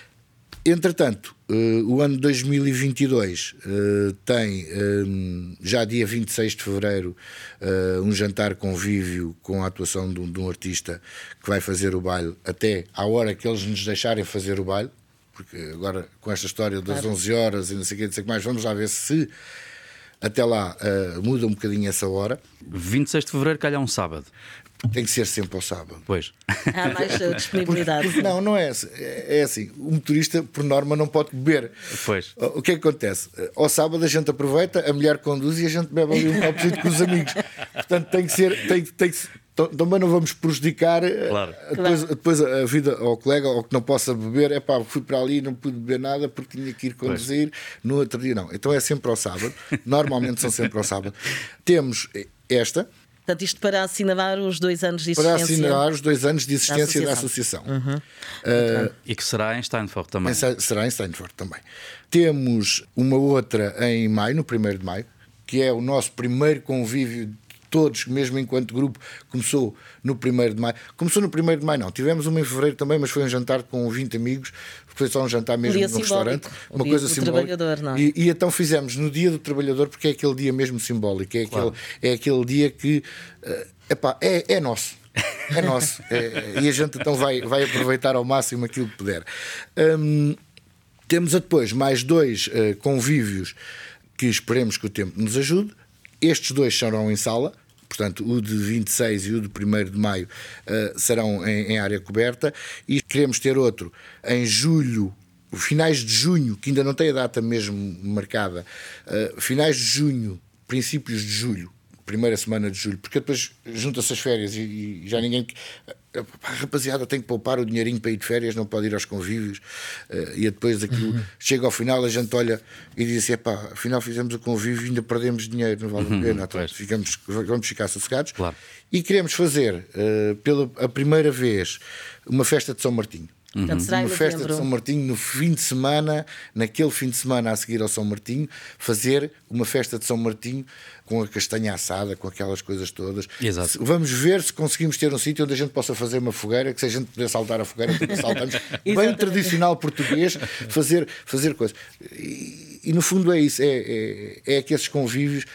Entretanto, uh, o ano dois mil e vinte e dois uh, tem um, já dia vinte e seis de fevereiro uh, um jantar convívio com a atuação de um, de um artista que vai fazer o baile até à hora que eles nos deixarem fazer o baile, porque agora com esta história das claro. onze horas e não sei o que, não sei o que mais, vamos lá ver se até lá uh, muda um bocadinho essa hora. vinte e seis de fevereiro calha um sábado. Tem que ser sempre ao sábado. Pois. Há mais disponibilidade. Porque, não, não é assim. É assim. O motorista, por norma, não pode beber. Pois. O que é que acontece? Ao sábado a gente aproveita, a mulher conduz e a gente bebe ali um copo com os amigos. Portanto, tem que ser. Tem, tem que, também não vamos prejudicar claro. depois, depois a vida ao colega ou que não possa beber. É pá, fui para ali e não pude beber nada porque tinha que ir conduzir. Pois. No outro dia, não. Então é sempre ao sábado. Normalmente são sempre ao sábado. Temos esta. Portanto, isto para assinalar os dois anos de existência. Para assinalar os dois anos de existência da associação. Da associação. Uhum. Uh, e que será em Steinfort também. Será em Steinfort também. Temos uma outra em maio, no primeiro de maio, que é o nosso primeiro convívio de todos, mesmo enquanto grupo, começou no primeiro de maio. Começou no primeiro de maio, não. Tivemos uma em fevereiro também, mas foi um jantar com vinte amigos. Foi só um jantar mesmo num restaurante, uma coisa simbólica. Não? E, e então fizemos no dia do trabalhador, porque é aquele dia mesmo simbólico, é, claro. aquele, é aquele dia que uh, epá, é, é nosso. É nosso. É, e a gente então vai, vai aproveitar ao máximo aquilo que puder. Um, temos depois mais dois uh, convívios que esperemos que o tempo nos ajude. Estes dois serão em sala. Portanto, o de vinte e seis e o de primeiro de maio uh, serão em, em área coberta e queremos ter outro em julho, finais de junho, que ainda não tem a data mesmo marcada, uh, finais de junho, princípios de julho, primeira semana de julho, porque depois junta-se as férias e, e já ninguém... A rapaziada tem que poupar o dinheirinho para ir de férias, não pode ir aos convívios, uh, e depois aquilo uhum. chega ao final, a gente olha e diz assim: epá, afinal fizemos o convívio e ainda perdemos dinheiro, não vale a pena, uhum, então, ficamos, vamos ficar sossegados. Claro. E queremos fazer uh, pela a primeira vez uma festa de São Martinho. Uhum. Então, será uma festa de São Martinho no fim de semana, naquele fim de semana a seguir ao São Martinho, fazer uma festa de São Martinho com a castanha assada, com aquelas coisas todas. Exato. Vamos ver se conseguimos ter um sítio onde a gente possa fazer uma fogueira, que se a gente puder saltar a fogueira, saltamos. Bem tradicional português, fazer, fazer coisas. E, e no fundo é isso, é, é, é que esses convívios.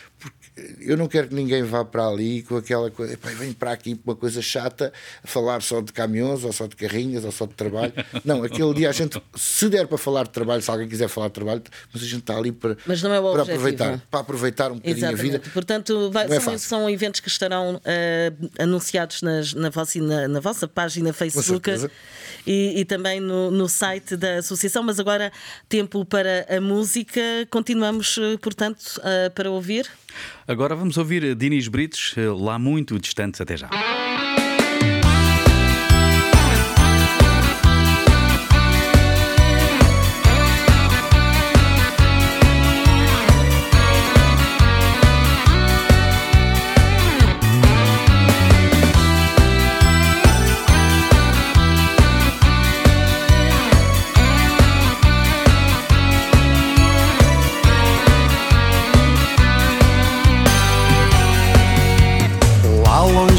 Eu não quero que ninguém vá para ali com aquela coisa, epá, vem para aqui uma coisa chata, a falar só de caminhões, ou só de carrinhas, ou só de trabalho. Não, aquele dia a gente, se der para falar de trabalho, se alguém quiser falar de trabalho, mas a gente está ali para, mas não é o para aproveitar, para aproveitar um bocadinho exatamente. A vida. Portanto, vai, é são, são eventos que estarão uh, anunciados nas, na, vossa, na, na vossa página Facebook e, e também no, no site da associação. Mas agora, tempo para a música. Continuamos, portanto, uh, para ouvir. Agora vamos ouvir Dinis Brites, Lá Muito Distantes. Até já.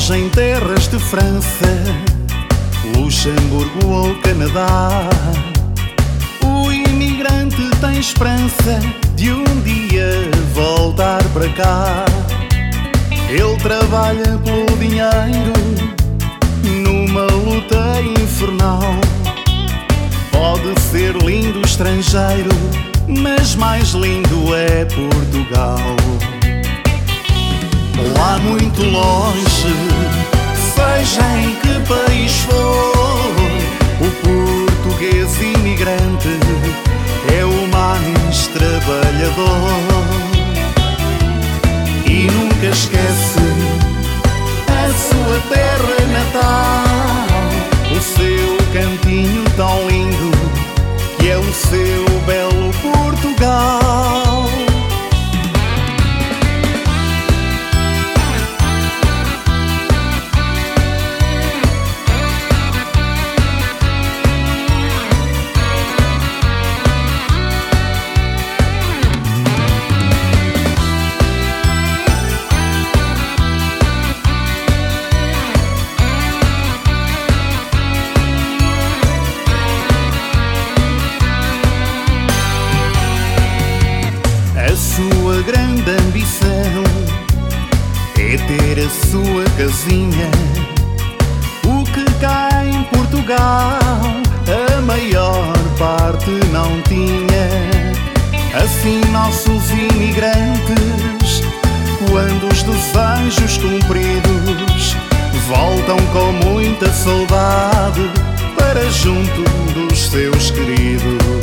longe em terras de França, Luxemburgo ou Canadá, o imigrante tem esperança de um dia voltar para cá. Ele trabalha pelo dinheiro numa luta infernal. Pode ser lindo estrangeiro, mas mais lindo é Portugal. Lá muito longe, seja em que país for, o português imigrante é o mais trabalhador. E nunca esquece a sua terra natal, o seu cantinho tão lindo que é o seu belo Portugal. Sua grande ambição é ter a sua casinha, o que cá em Portugal a maior parte não tinha. Assim nossos imigrantes, quando os desejos cumpridos, voltam com muita saudade para junto dos seus queridos.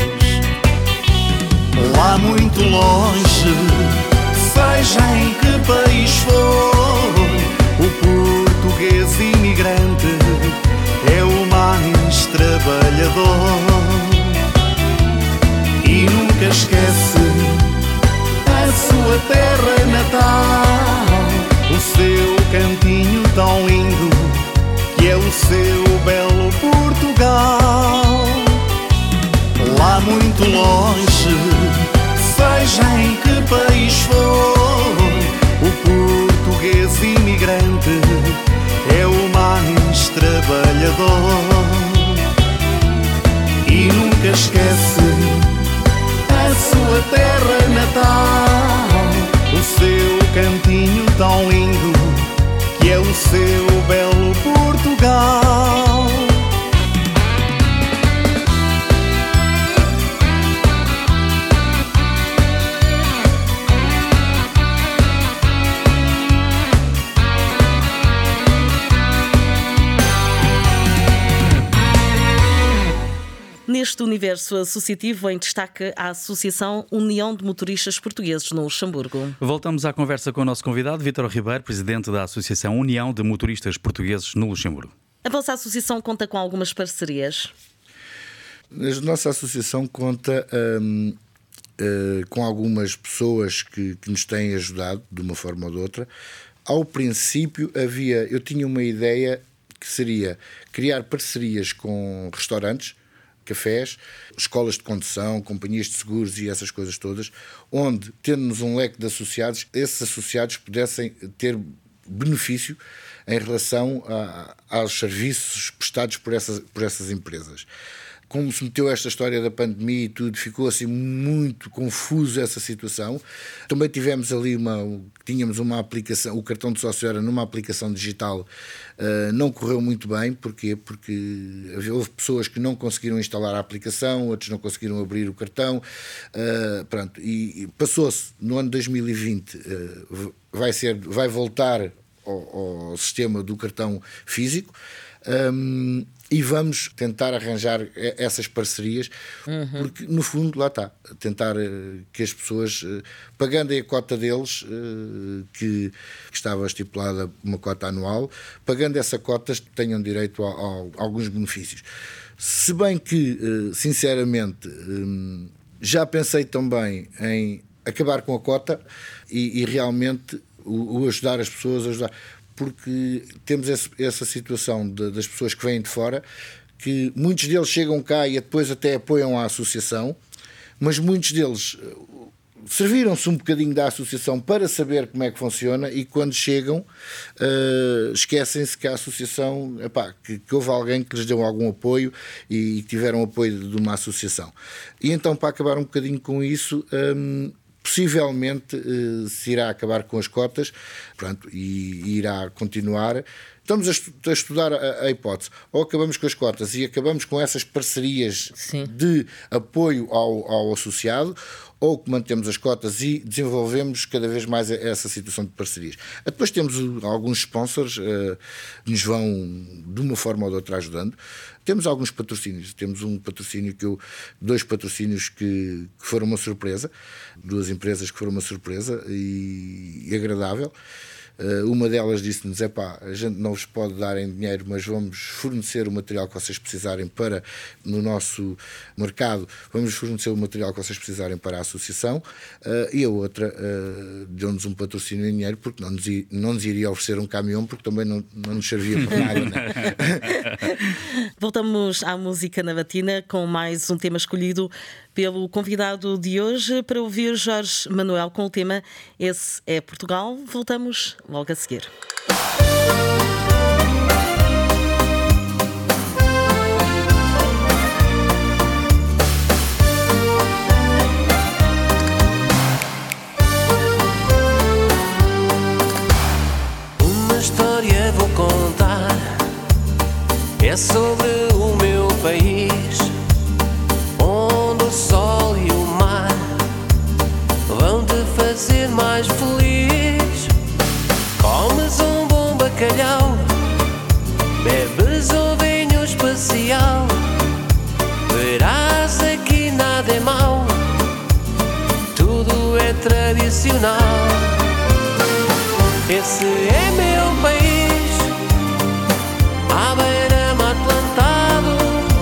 Lá muito longe, seja em que país for, o português imigrante é o mais trabalhador. E nunca esquece a sua terra natal, o seu cantinho tão lindo que é o seu belo Portugal. Lá muito longe, seja em que país for, o português imigrante é o mais trabalhador. E nunca esquece a sua terra natal, o seu cantinho tão lindo que é o seu belo Portugal. Neste universo associativo, em destaque a Associação União de Motoristas Portugueses no Luxemburgo. Voltamos à conversa com o nosso convidado, Vítor Ribeiro, presidente da Associação União de Motoristas Portugueses no Luxemburgo. A vossa associação conta com algumas parcerias? A nossa associação conta hum, hum, com algumas pessoas que, que nos têm ajudado de uma forma ou de outra. Ao princípio havia, eu tinha uma ideia que seria criar parcerias com restaurantes, cafés, escolas de condução, companhias de seguros e essas coisas todas, onde, tendo-nos um leque de associados, esses associados pudessem ter benefício em relação a, aos serviços prestados por essas, por essas empresas. Como se meteu esta história da pandemia e tudo, ficou assim muito confuso essa situação. Também tivemos ali uma, tínhamos uma aplicação, o cartão de sócio era numa aplicação digital, uh, não correu muito bem. Porquê? Porque houve pessoas que não conseguiram instalar a aplicação, outros não conseguiram abrir o cartão, uh, pronto, e, e passou-se no ano dois mil e vinte, uh, vai, ser, vai voltar ao, ao sistema do cartão físico. Um, e vamos tentar arranjar essas parcerias, uhum. porque no fundo lá está, tentar uh, que as pessoas, uh, pagando a cota deles, uh, que, que estava estipulada uma cota anual, pagando essa cota tenham direito a, a, a alguns benefícios. Se bem que, uh, sinceramente, um, já pensei também em acabar com a cota e, e realmente o, o ajudar as pessoas a ajudar. Porque temos esse, essa situação de, das pessoas que vêm de fora, que muitos deles chegam cá e depois até apoiam a associação, mas muitos deles serviram-se um bocadinho da associação para saber como é que funciona e quando chegam uh, esquecem-se que a associação, epá, que, que houve alguém que lhes deu algum apoio e, e tiveram apoio de uma associação. E então, para acabar um bocadinho com isso, um, possivelmente uh, se irá acabar com as cotas, pronto, e, e irá continuar. Estamos a, estu a estudar a, a hipótese. Ou acabamos com as cotas e acabamos com essas parcerias Sim. de apoio ao, ao associado, ou que mantemos as cotas e desenvolvemos cada vez mais essa situação de parcerias. Depois temos alguns sponsors uh, que nos vão, de uma forma ou de outra, ajudando. Temos alguns patrocínios. Temos um patrocínio que eu, dois patrocínios que, que foram uma surpresa, duas empresas que foram uma surpresa e, e agradável. Uh, uma delas disse-nos, epá, a gente não vos pode dar em dinheiro, mas vamos fornecer o material que vocês precisarem para, no nosso mercado, vamos fornecer o material que vocês precisarem para a associação. Uh, e a outra uh, deu-nos um patrocínio em dinheiro, porque não nos, i, não nos iria oferecer um caminhão, porque também não, não nos servia para nada. Né? Voltamos à música na matina com mais um tema escolhido pelo convidado de hoje para ouvir Jorge Manuel com o tema Esse é Portugal. Voltamos logo a seguir. Uma história vou contar, é sobre o meu país, onde o sol e o mar vão te fazer mais feliz. Comes um bom bacalhau, bebes um vinho especial, verás aqui nada é mau, tudo é tradicional. Esse é meu país, à beira-mar plantado,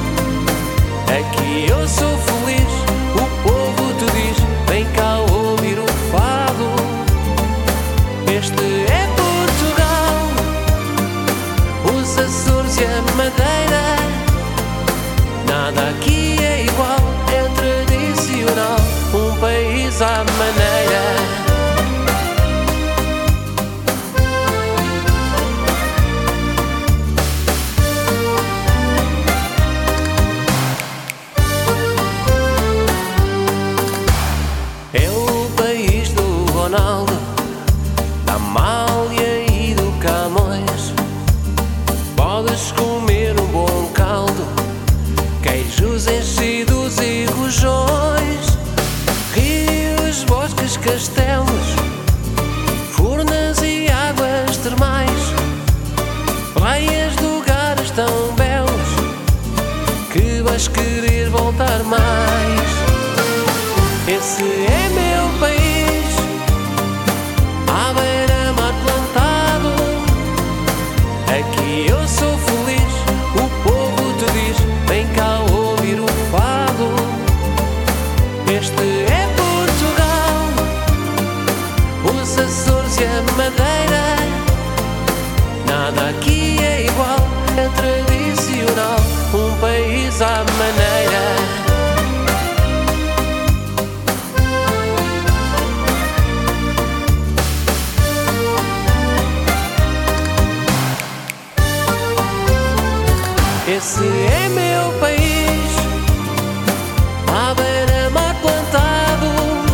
aqui eu sou feliz, o povo te diz, vem cá ouvir o fado. Este é Portugal, os Açores e a Madeira, nada aqui é igual, é tradicional, um país à maneira. É o país do Ronaldo, da Amália e do Camões. Podes comer um bom caldo, queijos enchidos e rojões, rios, bosques, castelos, furnas e águas termais, praias de lugares tão belos que vais querer voltar mais. Esse é meu país, à beira-mar plantado, aqui eu sou feliz, o povo te diz, vem cá ouvir o fado. Este é Portugal, os Açores e a Madeira, nada aqui é igual, é tradicional, um país à maneira. Esse é meu país, à beira-mar plantado,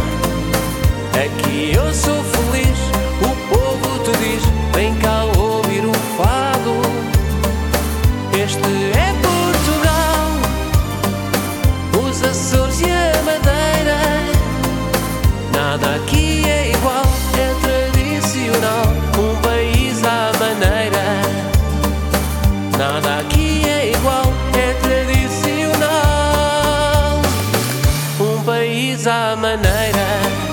aqui eu sou feliz, o povo te diz, vem cá ouvir o fado. Este é Portugal, os Açores e a Madeira, nada aqui é igual, é tradicional, um país à maneira. Nada aqui é igual, é tradicional, um país à maneira.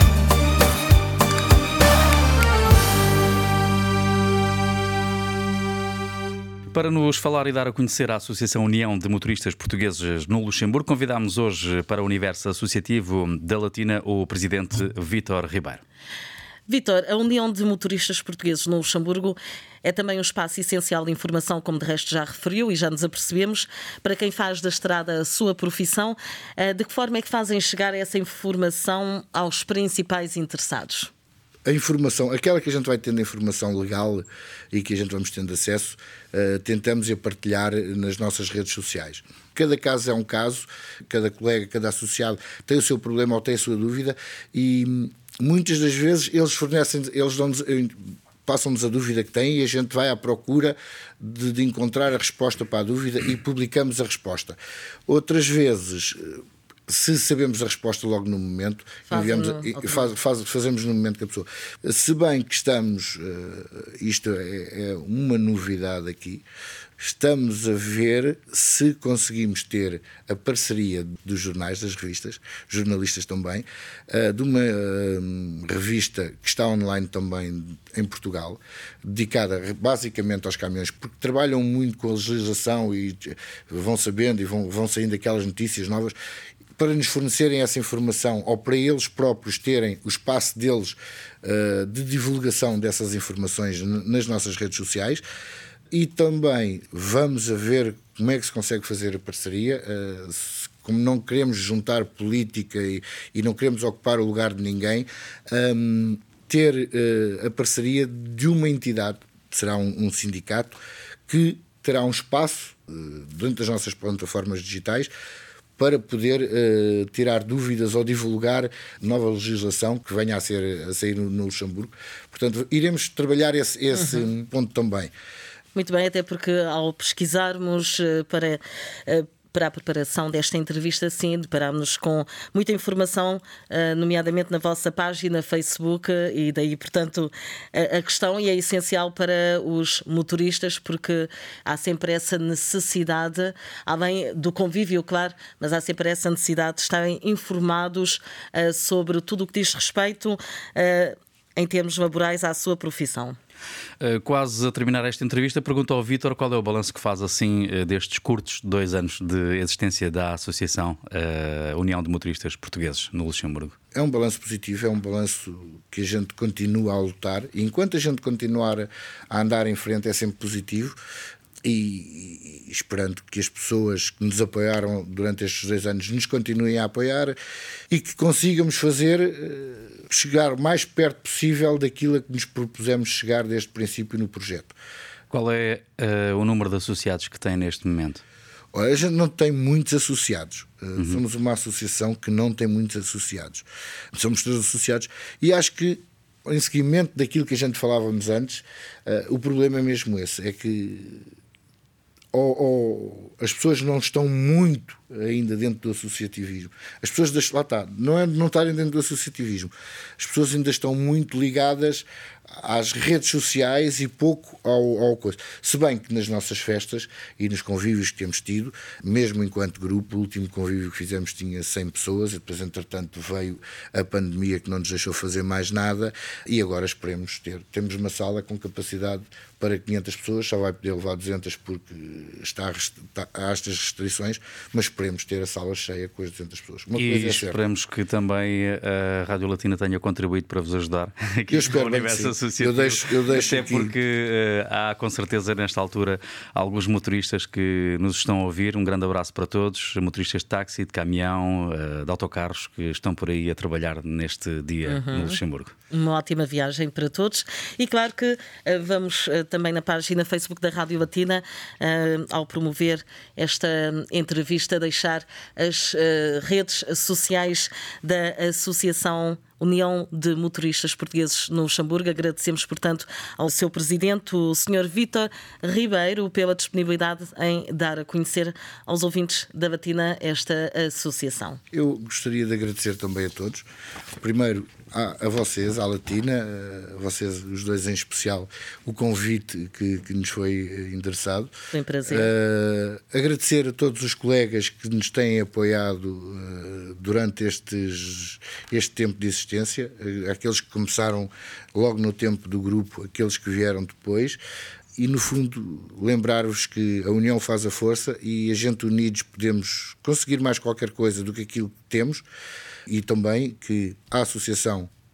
Para nos falar e dar a conhecer a Associação União de Motoristas Portugueses no Luxemburgo, convidámos hoje para o Universo Associativo da Latina o presidente Vítor Ribeiro. Vítor, a União de Motoristas Portugueses no Luxemburgo é também um espaço essencial de informação, como de resto já referiu e já nos apercebemos, para quem faz da estrada a sua profissão. De que forma é que fazem chegar essa informação aos principais interessados? A informação, aquela que a gente vai tendo informação legal e que a gente vamos tendo acesso, uh, tentamos a partilhar nas nossas redes sociais. Cada caso é um caso, cada colega, cada associado tem o seu problema ou tem a sua dúvida e muitas das vezes eles fornecem, eles dão-nos, passam-nos a dúvida que têm e a gente vai à procura de, de encontrar a resposta para a dúvida e publicamos a resposta. Outras vezes, se sabemos a resposta logo no momento, enviamos, no, faz, faz, fazemos no momento que a pessoa. Se bem que estamos, isto é, é uma novidade aqui, estamos a ver se conseguimos ter a parceria dos jornais, das revistas, jornalistas também, de uma revista que está online também em Portugal, dedicada basicamente aos caminhões, porque trabalham muito com a legislação e vão sabendo e vão, vão saindo aquelas notícias novas, para nos fornecerem essa informação ou para eles próprios terem o espaço deles uh, de divulgação dessas informações nas nossas redes sociais. E também vamos a ver como é que se consegue fazer a parceria. Uh, se, como não queremos juntar política e, e não queremos ocupar o lugar de ninguém, um, ter uh, a parceria de uma entidade, será um, um sindicato, que terá um espaço uh, dentro das nossas plataformas digitais para poder uh, tirar dúvidas ou divulgar nova legislação que venha a, ser, a sair no, no Luxemburgo. Portanto, iremos trabalhar esse, esse uhum. ponto também. Muito bem, até porque ao pesquisarmos uh, para... Uh, para a preparação desta entrevista, sim, deparámos-nos com muita informação, nomeadamente na vossa página Facebook, e daí, portanto, a questão, e é essencial para os motoristas, porque há sempre essa necessidade, além do convívio, claro, mas há sempre essa necessidade de estarem informados sobre tudo o que diz respeito, em termos laborais, à sua profissão. Uh, quase a terminar esta entrevista, pergunto ao Vítor qual é o balanço que faz assim uh, destes curtos dois anos de existência da Associação uh, União de Motoristas Portugueses no Luxemburgo. É um balanço positivo, é um balanço que a gente continua a lutar e enquanto a gente continuar a andar em frente é sempre positivo. E, e esperando que as pessoas que nos apoiaram durante estes dois anos nos continuem a apoiar e que consigamos fazer uh, chegar o mais perto possível daquilo a que nos propusemos chegar desde o princípio no projeto. Qual é uh, o número de associados que tem neste momento? Olha, a gente não tem muitos associados. Uh, uhum. Somos uma associação que não tem muitos associados. Somos todos associados e acho que em seguimento daquilo que a gente falávamos antes, uh, o problema é mesmo esse, é que Ou, ou as pessoas não estão muito ainda dentro do associativismo. As pessoas, lá está, não é não estarem dentro do associativismo. As pessoas ainda estão muito ligadas às redes sociais e pouco ao, ao coisa. Se bem que nas nossas festas e nos convívios que temos tido, mesmo enquanto grupo, o último convívio que fizemos tinha cem pessoas, e depois entretanto veio a pandemia que não nos deixou fazer mais nada e agora esperemos ter. Temos uma sala com capacidade para quinhentas pessoas, só vai poder levar duzentas porque está, está, há estas restrições, mas esperemos ter a sala cheia com as duzentas pessoas. Uma e coisa é esperemos certa. Que também a Rádio Latina tenha contribuído para vos ajudar aqui eu espero no universo associativo. Eu deixo, eu deixo Até aqui. porque uh, há com certeza nesta altura alguns motoristas que nos estão a ouvir. Um grande abraço para todos, motoristas de táxi, de caminhão, uh, de autocarros que estão por aí a trabalhar neste dia uhum. no Luxemburgo. Uma ótima viagem para todos e claro que uh, vamos uh, também na página Facebook da Rádio Latina, uh, ao promover esta entrevista, deixar as uh, redes sociais da Associação União de Motoristas Portugueses no Luxemburgo. Agradecemos, portanto, ao seu presidente, o senhor Vítor Ribeiro, pela disponibilidade em dar a conhecer aos ouvintes da Latina esta associação. Eu gostaria de agradecer também a todos. Primeiro, a, a vocês, à Latina, a vocês, os dois em especial, o convite que, que nos foi endereçado. Foi um prazer. Uh, agradecer a todos os colegas que nos têm apoiado uh, durante estes, este tempo de existência, uh, aqueles que começaram logo no tempo do grupo, aqueles que vieram depois. E, no fundo, lembrar-vos que a união faz a força e a gente unidos podemos conseguir mais qualquer coisa do que aquilo que temos. E também que a associação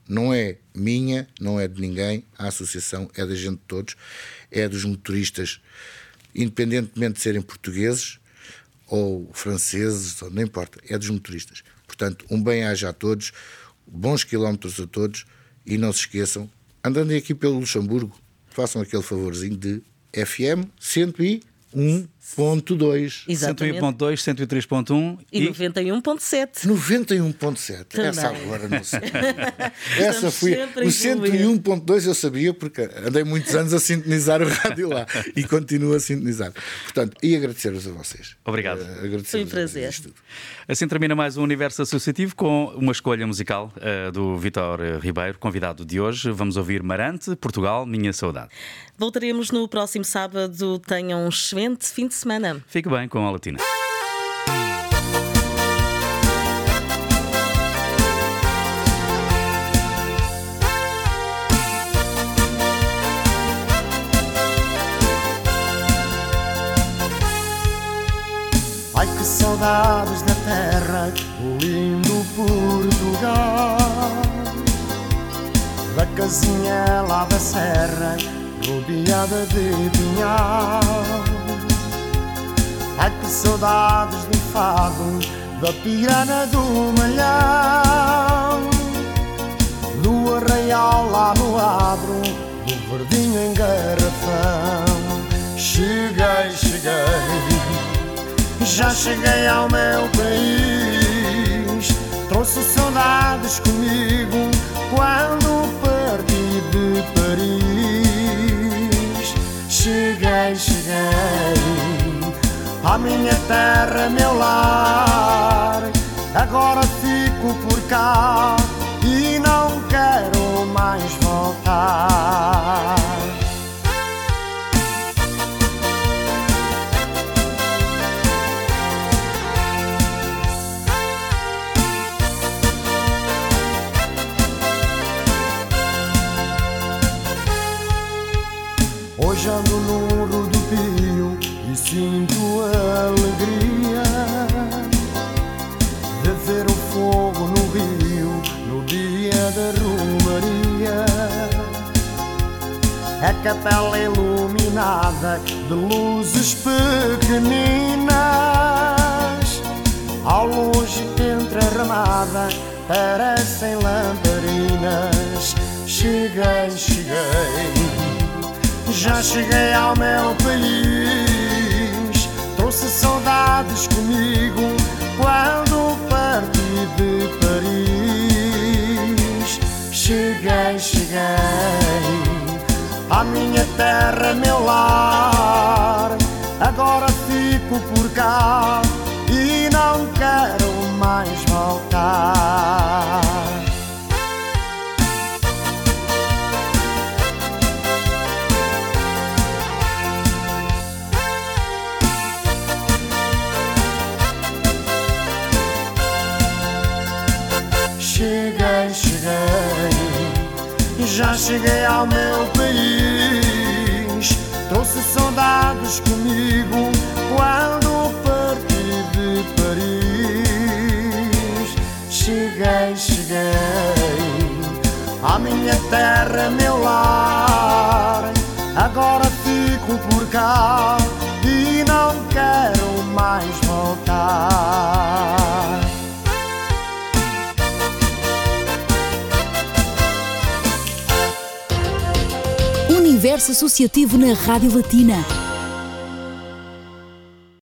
não é minha, não é de ninguém, a associação é da gente de todos, é dos motoristas, independentemente de serem portugueses ou franceses, ou não importa, é dos motoristas. Portanto, um bem-aja a todos, bons quilómetros a todos, e não se esqueçam, andando aqui pelo Luxemburgo, façam aquele favorzinho de F M cento e um ponto dois. cento e um ponto dois, cento e três ponto um e, e noventa e um ponto sete. noventa e um ponto sete. Essa agora não sei. Essa foi o cento e um ponto dois, eu sabia porque andei muitos anos a sintonizar o rádio lá e continuo a sintonizar. Portanto, e agradecer-vos a vocês. Obrigado. Uh, foi um prazer. Assim termina mais um Universo Associativo com uma escolha musical uh, do Vítor Ribeiro, convidado de hoje. Vamos ouvir Marante, Portugal, Minha Saudade. Voltaremos no próximo sábado. Tenham um excelente fim de semana. Fique bem com a Latina. Ai, que saudades da terra, o lindo Portugal, da casinha lá da serra, rodeada de pinhal. Ai, que saudades do fado, da piana do malhão, do arraial lá no adro, do verdinho em garrafão. Cheguei, cheguei, já cheguei ao meu país. Trouxe saudades comigo quando parti de Paris. Cheguei, cheguei à minha terra, meu lar. Agora fico por cá e não quero mais voltar. Hoje ando no rodopio e sinto alegria de ver o fogo no rio no dia da romaria. A capela iluminada de luzes pequeninas, ao longe entrerramada parecem lamparinas. Cheguei, cheguei, já cheguei ao meu país. Trouxe saudades comigo quando parti de Paris. Cheguei, cheguei à minha terra, meu lar. Agora fico por cá e não quero mais voltar. Cheguei, cheguei, já cheguei ao meu país. Trouxe saudades comigo quando parti de Paris. Cheguei, cheguei à minha terra, meu lar. Agora fico por cá e não quero mais voltar. Universo Associativo na Rádio Latina.